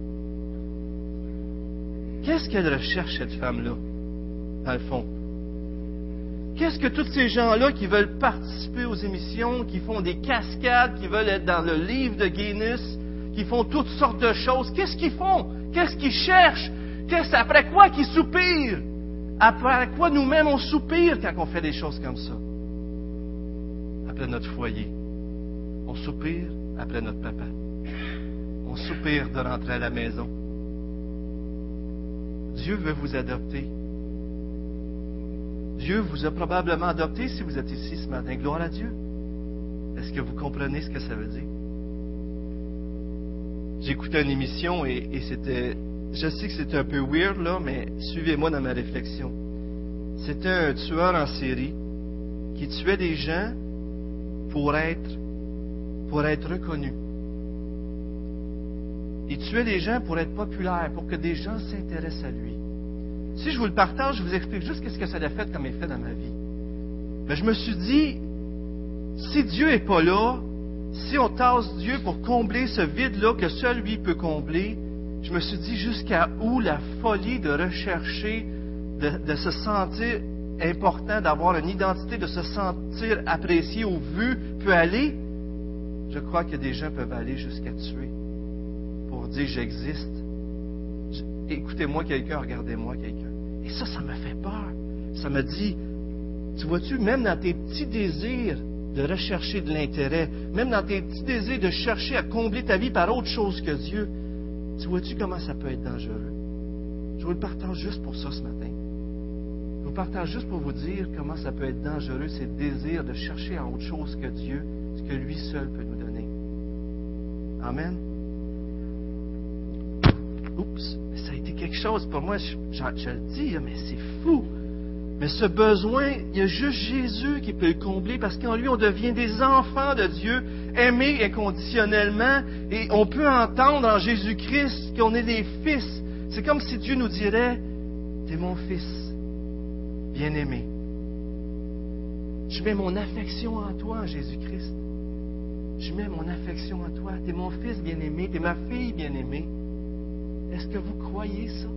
Qu'est-ce qu'elle recherche, cette femme-là, dans le fond? Qu'est-ce que tous ces gens-là qui veulent participer aux émissions, qui font des cascades, qui veulent être dans le livre de Guinness, qui font toutes sortes de choses, qu'est-ce qu'ils font? Qu'est-ce qu'ils cherchent? Après quoi qu'ils soupirent? Après quoi nous-mêmes on soupire quand on fait des choses comme ça? Après notre foyer. On soupire après notre papa. On soupire de rentrer à la maison. Dieu veut vous adopter. Dieu vous a probablement adopté si vous êtes ici ce matin. Gloire à Dieu. Est-ce que vous comprenez ce que ça veut dire? J'écoutais une émission et c'était... Je sais que c'est un peu weird, là, mais suivez-moi dans ma réflexion. C'était un tueur en série qui tuait des gens pour être reconnu. Il tuait des gens pour être populaire, pour que des gens s'intéressent à lui. Si je vous le partage, je vous explique juste ce que ça a fait comme effet dans ma vie. Mais je me suis dit, si Dieu n'est pas là, si on tasse Dieu pour combler ce vide-là que seul lui peut combler, je me suis dit jusqu'à où la folie de rechercher, de se sentir important, d'avoir une identité, de se sentir apprécié ou vu peut aller. Je crois que des gens peuvent aller jusqu'à tuer pour dire j'existe. Écoutez-moi quelqu'un, regardez-moi quelqu'un. Et ça me fait peur. Ça me dit, tu vois-tu, même dans tes petits désirs de rechercher de l'intérêt, même dans tes petits désirs de chercher à combler ta vie par autre chose que Dieu, tu vois-tu comment ça peut être dangereux? Je vous le partage juste pour ça ce matin. vous partage juste pour vous dire comment ça peut être dangereux, ces désirs de chercher en autre chose que Dieu, ce que lui seul peut nous donner. Amen. Oups, mais ça a été quelque chose pour moi, je le dis, mais c'est fou. Mais ce besoin, il y a juste Jésus qui peut le combler parce qu'en lui, on devient des enfants de Dieu, aimés inconditionnellement, et on peut entendre en Jésus-Christ qu'on est des fils. C'est comme si Dieu nous dirait, « T'es mon fils, bien-aimé. Je mets mon affection en toi, en Jésus-Christ. Je mets mon affection en toi. T'es mon fils bien-aimé, t'es ma fille bien-aimée. » Est-ce que vous croyez ça?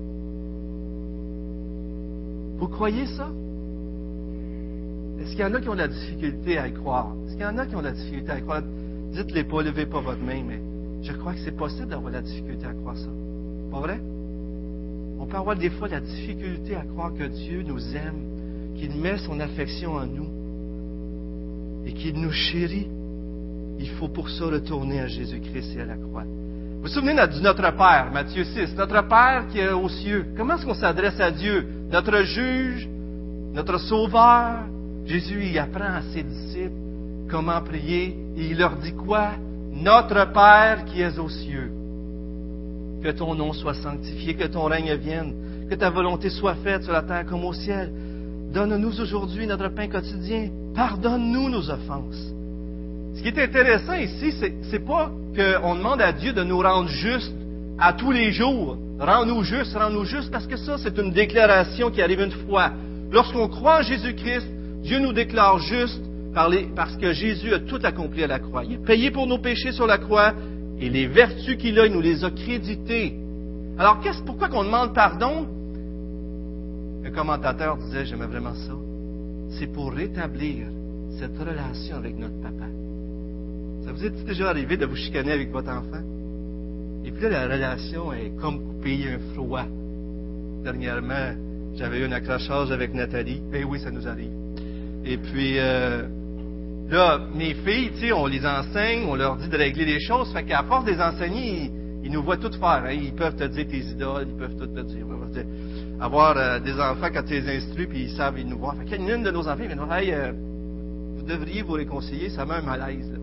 Vous croyez ça? Est-ce qu'il y en a qui ont de la difficulté à y croire? Est-ce qu'il y en a qui ont de la difficulté à y croire? Dites-les pas, levez pas votre main, mais je crois que c'est possible d'avoir de la difficulté à croire ça. Pas vrai? On peut avoir des fois de la difficulté à croire que Dieu nous aime, qu'il met son affection en nous et qu'il nous chérit. Il faut pour ça retourner à Jésus-Christ et à la croix. Vous vous souvenez du Notre Père, Matthieu 6, Notre Père qui est aux cieux. Comment est-ce qu'on s'adresse à Dieu? Notre juge, notre sauveur. Jésus, il apprend à ses disciples comment prier. Et il leur dit quoi? Notre Père qui es aux cieux. Que ton nom soit sanctifié, que ton règne vienne, que ta volonté soit faite sur la terre comme au ciel. Donne-nous aujourd'hui notre pain quotidien. Pardonne-nous nos offenses. Ce qui est intéressant ici, c'est pas qu'on demande à Dieu de nous rendre justes à tous les jours. Rends-nous justes, parce que ça, c'est une déclaration qui arrive une fois. Lorsqu'on croit en Jésus-Christ, Dieu nous déclare justes parce que Jésus a tout accompli à la croix. Il a payé pour nos péchés sur la croix et les vertus qu'il a, il nous les a créditées. Alors, pourquoi qu'on demande pardon? Un commentateur disait, j'aimais vraiment ça, c'est pour rétablir cette relation avec notre papa. Ça vous est déjà arrivé de vous chicaner avec votre enfant? Et puis là, la relation est comme coupée, il y a un froid. Dernièrement, j'avais eu un accrochage avec Nathalie. Ben oui, ça nous arrive. Et puis, là, mes filles, tu sais, on les enseigne, on leur dit de régler les choses. Fait qu'à force de les enseigner, ils nous voient tout faire. Hein. Ils peuvent te dire tes idoles, ils peuvent tout te dire. Avoir des enfants quand tu les instruis, puis ils savent, ils nous voient. Fait qu'il y a une de nos enfants qui vient nous dire, hey, vous devriez vous réconcilier, ça met un malaise, là.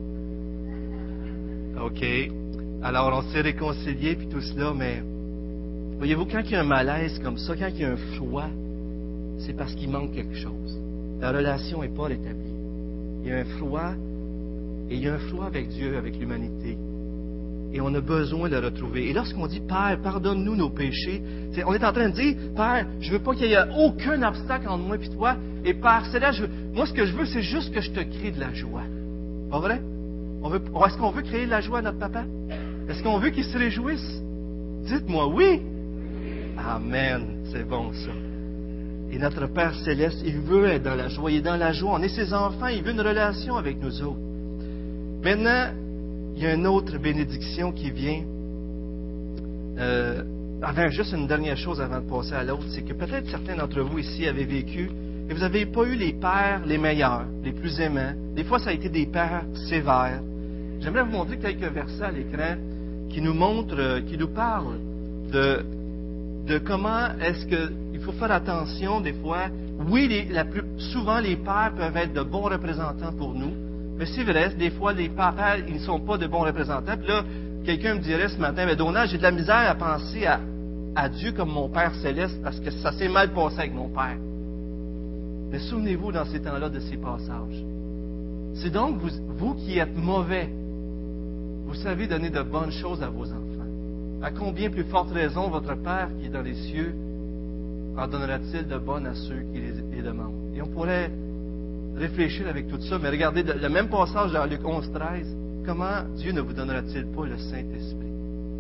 OK. Alors, on s'est réconciliés, puis tout cela, mais voyez-vous, quand il y a un malaise comme ça, quand il y a un froid, c'est parce qu'il manque quelque chose. La relation n'est pas rétablie. Il y a un froid, et il y a un froid avec Dieu, avec l'humanité. Et on a besoin de le retrouver. Et lorsqu'on dit, Père, pardonne-nous nos péchés, on est en train de dire, Père, je veux pas qu'il y ait aucun obstacle entre moi et toi. Et Père, moi, ce que je veux, c'est juste que je te crée de la joie. Pas vrai? Est-ce qu'on veut créer de la joie à notre papa? Est-ce qu'on veut qu'il se réjouisse? Dites-moi oui. Amen. C'est bon, ça. Et notre Père Céleste, il veut être dans la joie. Il est dans la joie. On est ses enfants. Il veut une relation avec nous autres. Maintenant, il y a une autre bénédiction qui vient. Juste une dernière chose avant de passer à l'autre, c'est que peut-être certains d'entre vous ici avaient vécu et vous n'avez pas eu les pères les meilleurs, les plus aimants. Des fois, ça a été des pères sévères. J'aimerais vous montrer quelques versets à l'écran qui nous montrent, qui nous parlent de comment est-ce qu'il faut faire attention des fois. Oui, souvent les pères peuvent être de bons représentants pour nous, mais c'est vrai, des fois les pères, ils ne sont pas de bons représentants. Puis là, quelqu'un me dirait ce matin, mais Donald, j'ai de la misère à penser à Dieu comme mon Père Céleste parce que ça s'est mal passé avec mon Père. Mais souvenez-vous dans ces temps-là de ces passages. C'est donc vous qui êtes mauvais, vous savez donner de bonnes choses à vos enfants. À combien plus forte raison votre Père qui est dans les cieux en donnera-t-il de bonnes à ceux qui les demandent? Et on pourrait réfléchir avec tout ça, mais regardez le même passage dans Luc 11:13. Comment Dieu ne vous donnera-t-il pas le Saint-Esprit?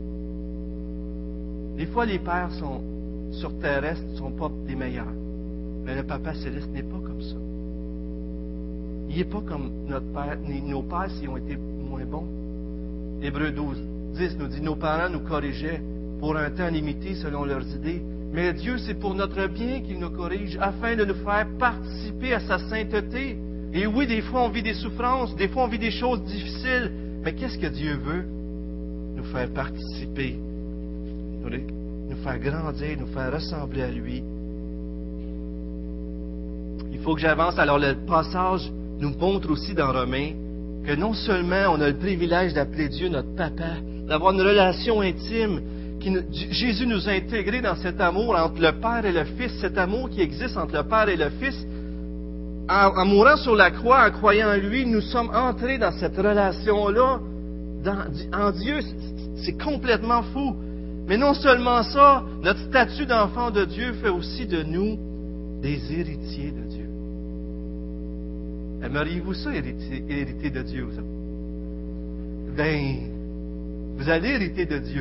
Des fois, les pères sur terrestre ne sont pas les meilleurs. Mais le Papa Céleste n'est pas comme ça. Il n'est pas comme notre Père, nos pères s'ils ont été moins bons. Hébreux 12:10 nous dit, nos parents nous corrigeaient pour un temps limité selon leurs idées. Mais Dieu, c'est pour notre bien qu'il nous corrige, afin de nous faire participer à sa sainteté. Et oui, des fois, on vit des souffrances, des fois, on vit des choses difficiles. Mais qu'est-ce que Dieu veut? Nous faire participer, nous faire grandir, nous faire ressembler à lui. Il faut que j'avance. Alors le passage nous montre aussi dans Romains que non seulement on a le privilège d'appeler Dieu notre papa, d'avoir une relation intime, Jésus nous a intégrés dans cet amour entre le Père et le Fils, cet amour qui existe entre le Père et le Fils. En mourant sur la croix, en croyant en lui, nous sommes entrés dans cette relation-là en Dieu. C'est complètement fou. Mais non seulement ça, notre statut d'enfant de Dieu fait aussi de nous des héritiers de Dieu. Aimeriez-vous ça, hériter de Dieu, vous autres? Ben, vous allez hériter de Dieu.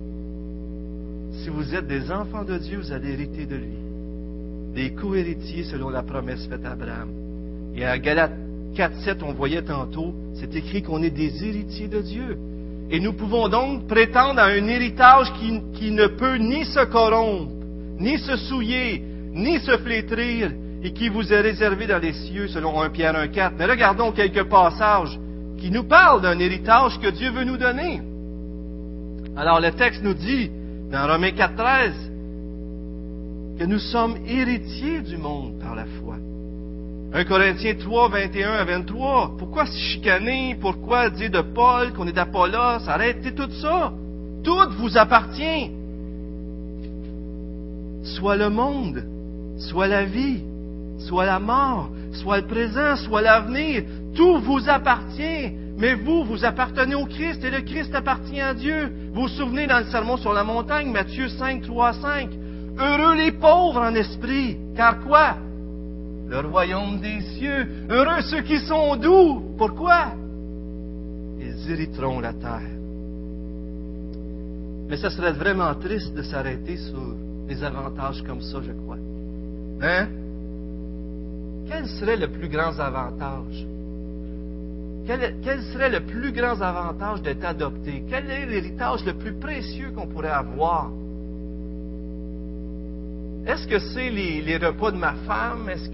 Si vous êtes des enfants de Dieu, vous allez hériter de lui. Des co-héritiers selon la promesse faite à Abraham. Et à Galates 4.7, on voyait tantôt, c'est écrit qu'on est des héritiers de Dieu. Et nous pouvons donc prétendre à un héritage qui ne peut ni se corrompre, ni se souiller, ni se flétrir, et qui vous est réservé dans les cieux, selon 1 Pierre 1.4. Mais regardons quelques passages qui nous parlent d'un héritage que Dieu veut nous donner. Alors le texte nous dit, dans Romains 4.13, que nous sommes héritiers du monde par la foi. 1 Corinthiens 3, 21 à 23. Pourquoi se chicaner? Pourquoi dire de Paul qu'on est d'Apollos? Arrêtez tout ça. Tout vous appartient. Soit le monde, soit la vie, soit la mort, soit le présent, soit l'avenir. Tout vous appartient. Mais vous appartenez au Christ et le Christ appartient à Dieu. Vous vous souvenez dans le Sermon sur la montagne, Matthieu 5, 3, 5. Heureux les pauvres en esprit, car quoi? Le royaume des cieux. Heureux ceux qui sont doux. Pourquoi? Ils hériteront la terre. Mais ça serait vraiment triste de s'arrêter sur des avantages comme ça, je crois. Hein? Quel serait le plus grand avantage? Quel serait le plus grand avantage d'être adopté? Quel est l'héritage le plus précieux qu'on pourrait avoir? Est-ce que c'est les repas de ma femme? Est-ce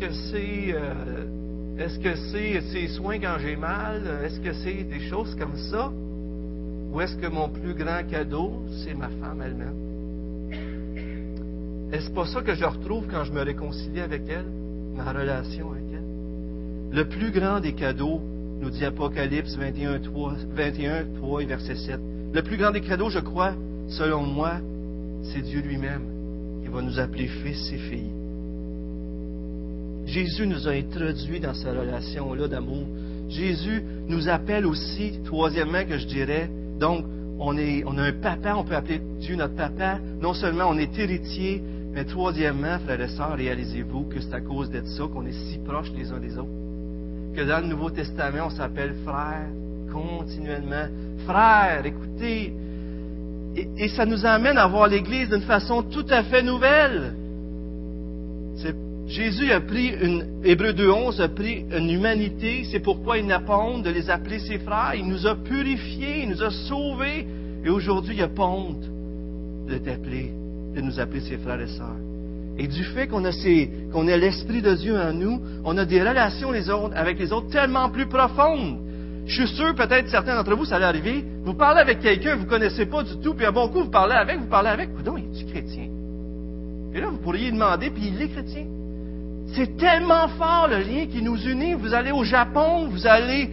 que c'est ses soins quand j'ai mal? Est-ce que c'est des choses comme ça? Ou est-ce que mon plus grand cadeau, c'est ma femme elle-même? Est-ce pas ça que je retrouve quand je me réconcilie avec elle? Ma relation avec elle? Le plus grand des cadeaux, nous dit Apocalypse 21, 3 et verset 7. Le plus grand des cadeaux, je crois, selon moi, c'est Dieu lui-même qui va nous appeler fils et filles. Jésus nous a introduits dans cette relation-là d'amour. Jésus nous appelle aussi, troisièmement que je dirais, donc on a un papa, on peut appeler Dieu notre papa. Non seulement on est héritier, mais troisièmement, frères et sœurs, réalisez-vous que c'est à cause de ça qu'on est si proches les uns des autres. Que dans le Nouveau Testament, on s'appelle frère continuellement. Frère, écoutez, et ça nous amène à voir l'Église d'une façon tout à fait nouvelle. Jésus a pris Hébreux 2.11 a pris une humanité, c'est pourquoi il n'a pas honte de les appeler ses frères. Il nous a purifiés, il nous a sauvés, et aujourd'hui il n'a pas honte de nous appeler ses frères et sœurs. Et du fait qu'on a l'Esprit de Dieu en nous, on a des relations avec les autres tellement plus profondes. Je suis sûr, peut-être certains d'entre vous, ça allait arriver, vous parlez avec quelqu'un, vous ne connaissez pas du tout, puis un bon coup, vous parlez avec, coudonc, il est-tu chrétien? Et là, vous pourriez demander, puis il est chrétien. C'est tellement fort le lien qui nous unit. Vous allez au Japon, vous allez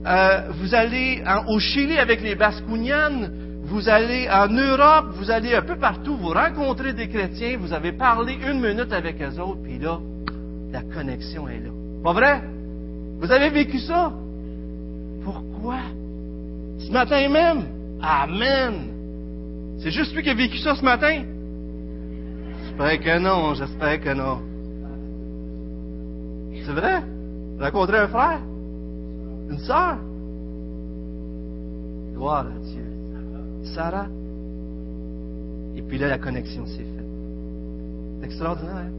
au Chili avec les Bascounianes, vous allez en Europe, vous allez un peu partout, vous rencontrez des chrétiens, vous avez parlé 1 minute avec eux autres, puis là, la connexion est là. Pas vrai? Vous avez vécu ça? Pourquoi? Ce matin même? Amen! C'est juste lui qui a vécu ça ce matin? J'espère que non. C'est vrai? Rencontrer un frère? Une sœur? Gloire à Dieu. Sarah. Et puis là, la connexion s'est faite. C'est extraordinaire. Hein?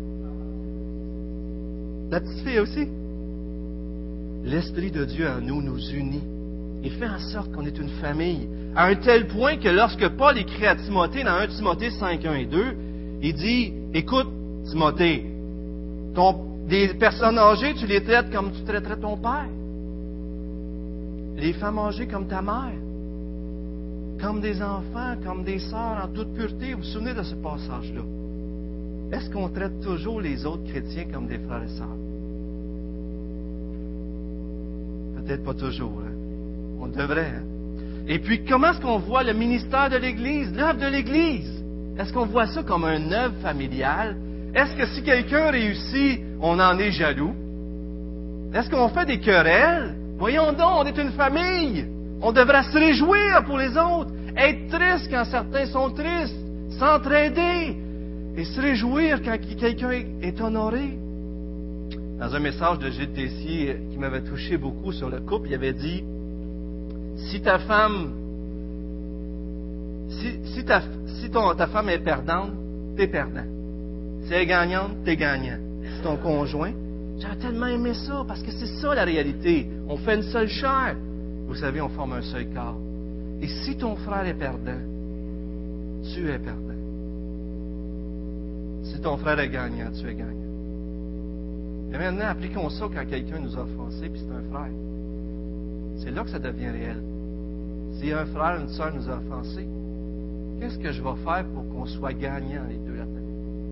La petite fille aussi. L'Esprit de Dieu en nous unit. Il fait en sorte qu'on est une famille. À un tel point que lorsque Paul écrit à Timothée, dans 1 Timothée 5, 1 et 2, il dit, écoute, Timothée, des personnes âgées, tu les traites comme tu traiterais ton père. Les femmes âgées comme ta mère. Comme des enfants, comme des sœurs en toute pureté. Vous vous souvenez de ce passage-là? Est-ce qu'on traite toujours les autres chrétiens comme des frères et sœurs? Peut-être pas toujours. Hein? On devrait. Hein? Et puis, comment est-ce qu'on voit le ministère de l'Église, l'œuvre de l'Église? Est-ce qu'on voit ça comme un œuvre familiale? Est-ce que si quelqu'un réussit, on en est jaloux? Est-ce qu'on fait des querelles? Voyons donc, on est une famille. On devrait se réjouir pour les autres, être triste quand certains sont tristes, s'entraider et se réjouir quand quelqu'un est honoré. Dans un message de Gilles Tessier qui m'avait touché beaucoup sur le couple, il avait dit, si ta femme est perdante, t'es perdant. Si elle est gagnante, t'es gagnant. Si ton conjoint, j'aurais tellement aimé ça, parce que c'est ça la réalité. On fait une seule chair. Vous savez, on forme un seul corps. Et si ton frère est perdant, tu es perdant. Si ton frère est gagnant, tu es gagnant. Et maintenant, appliquons ça quand quelqu'un nous a offensés, puis c'est un frère. C'est là que ça devient réel. Si un frère, une sœur nous a offensés, qu'est-ce que je vais faire pour qu'on soit gagnants les deux là-dedans?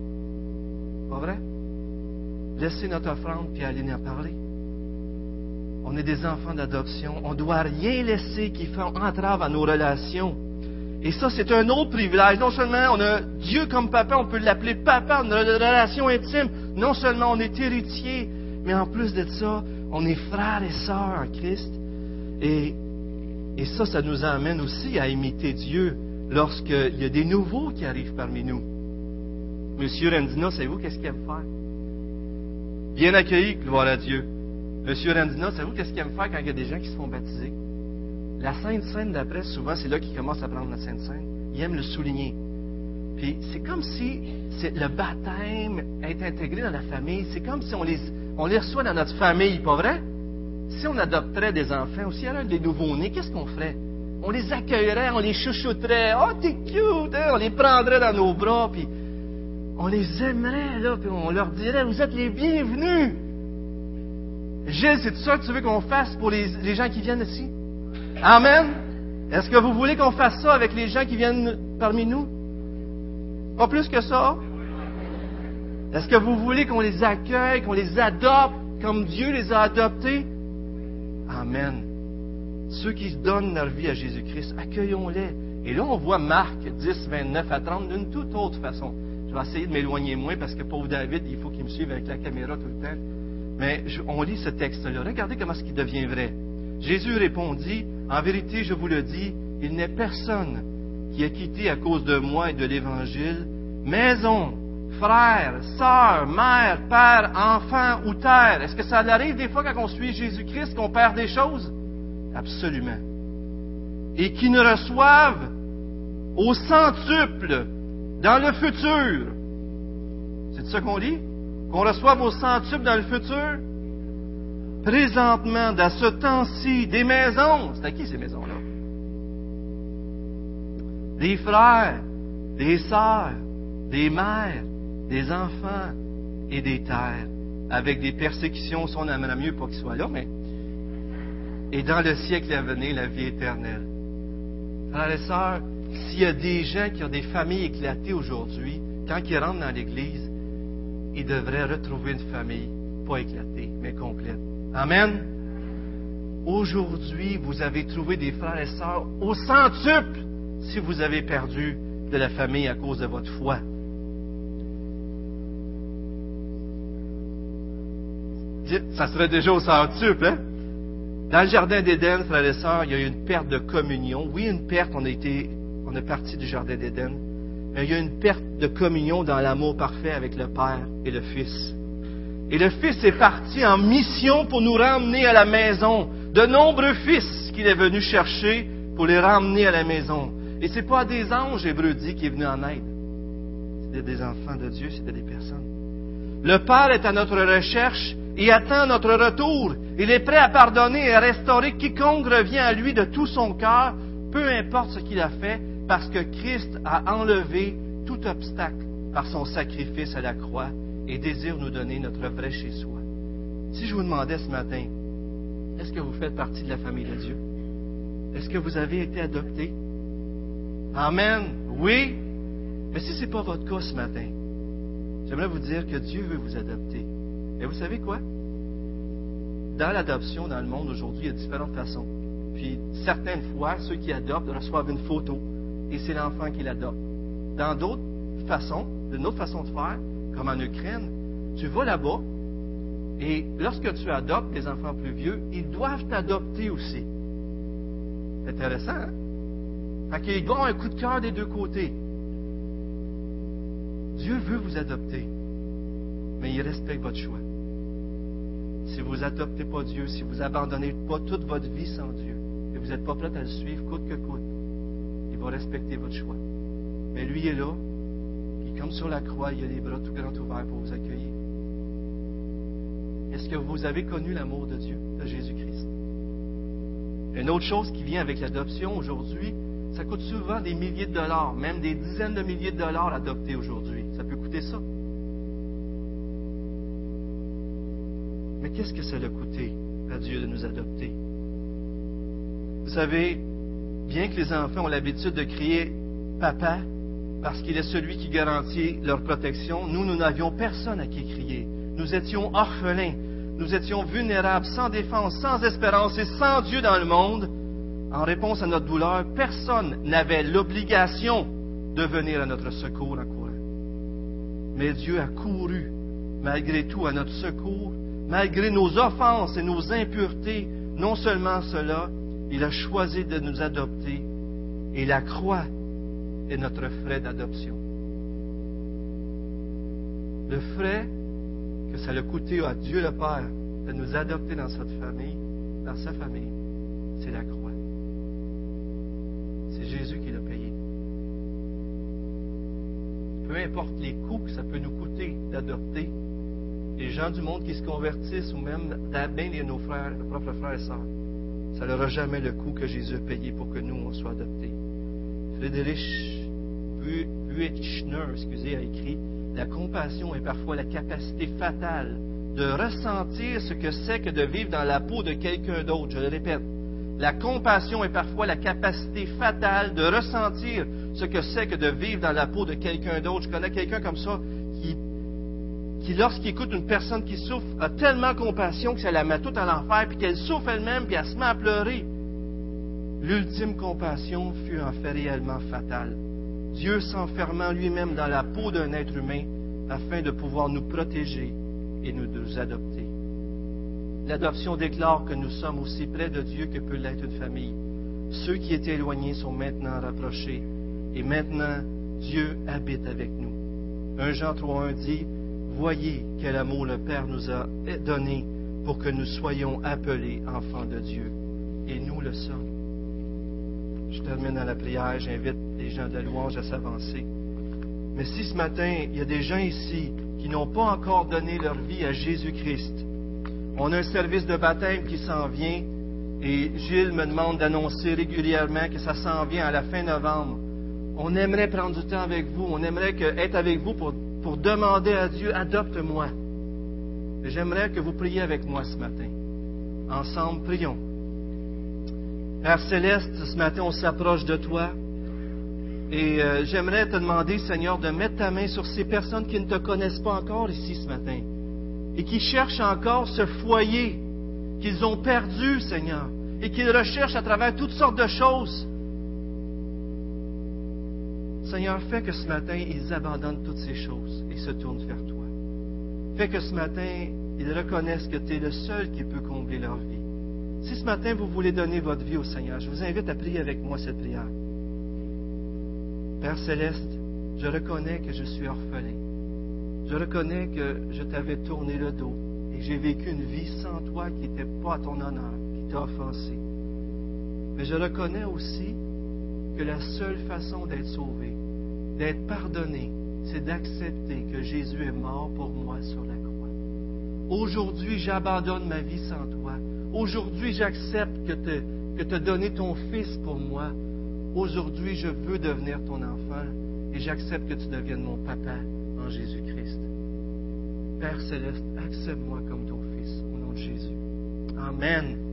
Pas vrai? Laissez notre offrande puis allez en parler. On est des enfants d'adoption. On ne doit rien laisser qui fait entrave à nos relations. Et ça, c'est un autre privilège. Non seulement on a Dieu comme papa, on peut l'appeler papa, une relation intime. Non seulement on est héritier, mais en plus de ça, on est frères et sœurs en Christ. Et ça nous amène aussi à imiter Dieu lorsqu'il y a des nouveaux qui arrivent parmi nous. Monsieur Rendina, savez-vous qu'est-ce qu'il aime faire? Bien accueilli, gloire à Dieu. Monsieur Rendina, savez-vous qu'est-ce qu'il aime faire quand il y a des gens qui se font baptiser? La Sainte Seine d'après, souvent, c'est là qu'il commence à prendre la Sainte Seine. Il aime le souligner. Puis, c'est comme si le baptême est intégré dans la famille. C'est comme si on les reçoit dans notre famille, pas vrai? Si on adopterait des enfants, ou s'il y avait des nouveaux-nés, qu'est-ce qu'on ferait? On les accueillerait, on les chouchouterait. « Oh, t'es cute! Hein? » On les prendrait dans nos bras, puis on les aimerait, là, puis on leur dirait « Vous êtes les bienvenus! » Gilles, c'est ça que tu veux qu'on fasse pour les gens qui viennent ici? Amen? Est-ce que vous voulez qu'on fasse ça avec les gens qui viennent parmi nous? Pas plus que ça? Est-ce que vous voulez qu'on les accueille, qu'on les adopte comme Dieu les a adoptés? Amen. Ceux qui donnent leur vie à Jésus-Christ, accueillons-les. Et là, on voit Marc 10, 29 à 30 d'une toute autre façon. Je vais essayer de m'éloigner moins parce que pauvre David, il faut qu'il me suive avec la caméra tout le temps. Mais on lit ce texte-là. Regardez comment ce qui devient vrai. Jésus répondit, « En vérité, je vous le dis, il n'est personne qui a quitté à cause de moi et de l'Évangile, maison, frère, sœur, mère, père, enfant ou terre. » Est-ce que ça arrive des fois quand on suit Jésus-Christ qu'on perd des choses? Absolument. Et qui ne reçoivent au centuple dans le futur. C'est ça qu'on lit? Qu'on reçoive au centuple dans le futur? Présentement, dans ce temps-ci, des maisons. C'est à qui ces maisons-là? Des frères, des sœurs, des mères, des enfants et des terres. Avec des persécutions, si on aimerait mieux pas qu'ils soient là, mais... Et dans le siècle à venir, la vie éternelle. Frères et sœurs, s'il y a des gens qui ont des familles éclatées aujourd'hui, quand ils rentrent dans l'Église, ils devraient retrouver une famille, pas éclatée, mais complète. Amen. Aujourd'hui, vous avez trouvé des frères et sœurs au centuple si vous avez perdu de la famille à cause de votre foi. Ça serait déjà au centuple, hein? Dans le jardin d'Éden, frères et sœurs, il y a eu une perte de communion. Oui, une perte, on est parti du jardin d'Éden. Mais il y a une perte de communion dans l'amour parfait avec le Père et le Fils. Et le Fils est parti en mission pour nous ramener à la maison. De nombreux fils qu'il est venu chercher pour les ramener à la maison. Et c'est pas des anges, Hébreux dit, qui est venu en aide. C'était des enfants de Dieu, c'était des personnes. Le Père est à notre recherche et attend notre retour. Il est prêt à pardonner et à restaurer quiconque revient à lui de tout son cœur, peu importe ce qu'il a fait, parce que Christ a enlevé tout obstacle par son sacrifice à la croix et désire nous donner notre vrai chez soi. Si je vous demandais ce matin, est-ce que vous faites partie de la famille de Dieu? Est-ce que vous avez été adopté? Amen. Oui. Mais si ce n'est pas votre cas ce matin, j'aimerais vous dire que Dieu veut vous adopter. Et vous savez quoi? dans l'adoption, dans le monde aujourd'hui, il y a différentes façons. Puis, certaines fois, ceux qui adoptent reçoivent une photo et c'est l'enfant qui l'adopte. Dans d'autres façons, d'une autre façon de faire, comme en Ukraine, tu vas là-bas et lorsque tu adoptes les enfants plus vieux, ils doivent t'adopter aussi. C'est intéressant, hein? Fait qu'ils doivent avoir un coup de cœur des deux côtés. Dieu veut vous adopter, mais il respecte votre choix. Si vous n'adoptez pas Dieu, si vous n'abandonnez pas toute votre vie sans Dieu, et vous n'êtes pas prêt à le suivre coûte que coûte, il va respecter votre choix. Mais lui est là, puis comme sur la croix, il a les bras tout grands ouverts pour vous accueillir. Est-ce que vous avez connu l'amour de Dieu, de Jésus-Christ? Une autre chose qui vient avec l'adoption aujourd'hui, ça coûte souvent des milliers de dollars, même des dizaines de milliers de dollars adopter aujourd'hui. Ça peut coûter ça. Mais qu'est-ce que ça a coûté à Dieu de nous adopter? Vous savez, bien que les enfants ont l'habitude de crier « Papa », parce qu'il est celui qui garantit leur protection, nous n'avions personne à qui crier. Nous étions orphelins, nous étions vulnérables, sans défense, sans espérance et sans Dieu dans le monde. En réponse à notre douleur, personne n'avait l'obligation de venir à notre secours en courant. Mais Dieu a couru, malgré tout, à notre secours, malgré nos offenses et nos impuretés. Non seulement cela, il a choisi de nous adopter et la croix est notre frais d'adoption. Le frais que ça a coûté à Dieu le Père de nous adopter dans sa famille, c'est la croix. C'est Jésus qui l'a payé. Peu importe les coûts que ça peut nous coûter d'adopter, les gens du monde qui se convertissent ou même bien nos propres frères et sœurs, ça n'aura jamais le coût que Jésus a payé pour que nous, on soit adoptés. Friedrich Buechner, a écrit « La compassion est parfois la capacité fatale de ressentir ce que c'est que de vivre dans la peau de quelqu'un d'autre. » Je le répète. La compassion est parfois la capacité fatale de ressentir ce que c'est que de vivre dans la peau de quelqu'un d'autre. Je connais quelqu'un comme ça qui lorsqu'il écoute une personne qui souffre, a tellement compassion que ça la met toute à l'enfer, puis qu'elle souffre elle-même, puis elle se met à pleurer. L'ultime compassion fut en fait réellement fatale. Dieu s'enfermant lui-même dans la peau d'un être humain afin de pouvoir nous protéger et nous adopter. L'adoption déclare que nous sommes aussi près de Dieu que peut l'être une famille. Ceux qui étaient éloignés sont maintenant rapprochés et maintenant Dieu habite avec nous. 1 Jean 3,1 dit « Voyez quel amour le Père nous a donné pour que nous soyons appelés enfants de Dieu. » Et nous le sommes. Je termine dans la prière, j'invite les gens de la louange à s'avancer. Mais si ce matin, il y a des gens ici qui n'ont pas encore donné leur vie à Jésus-Christ, on a un service de baptême qui s'en vient et Gilles me demande d'annoncer régulièrement que ça s'en vient à la fin novembre. On aimerait prendre du temps avec vous, on aimerait être avec vous pour demander à Dieu, adopte-moi. J'aimerais que vous priez avec moi ce matin. Ensemble, prions. Père Céleste, ce matin, on s'approche de toi et j'aimerais te demander, Seigneur, de mettre ta main sur ces personnes qui ne te connaissent pas encore ici ce matin et qui cherchent encore ce foyer qu'ils ont perdu, Seigneur, et qu'ils recherchent à travers toutes sortes de choses. Seigneur, fais que ce matin, ils abandonnent toutes ces choses et se tournent vers toi. Fais que ce matin, ils reconnaissent que tu es le seul qui peut combler leur vie. Si ce matin, vous voulez donner votre vie au Seigneur, je vous invite à prier avec moi cette prière. Père Céleste, je reconnais que je suis orphelin. Je reconnais que je t'avais tourné le dos et que j'ai vécu une vie sans toi qui n'était pas à ton honneur, qui t'a offensé. Mais je reconnais aussi que la seule façon d'être sauvé, d'être pardonné, c'est d'accepter que Jésus est mort pour moi sur la croix. Aujourd'hui, j'abandonne ma vie sans toi. Aujourd'hui, j'accepte que tu as donné ton Fils pour moi. Aujourd'hui, je veux devenir ton enfant et j'accepte que tu deviennes mon papa en Jésus-Christ. Père Céleste, accepte-moi comme ton Fils, au nom de Jésus. Amen.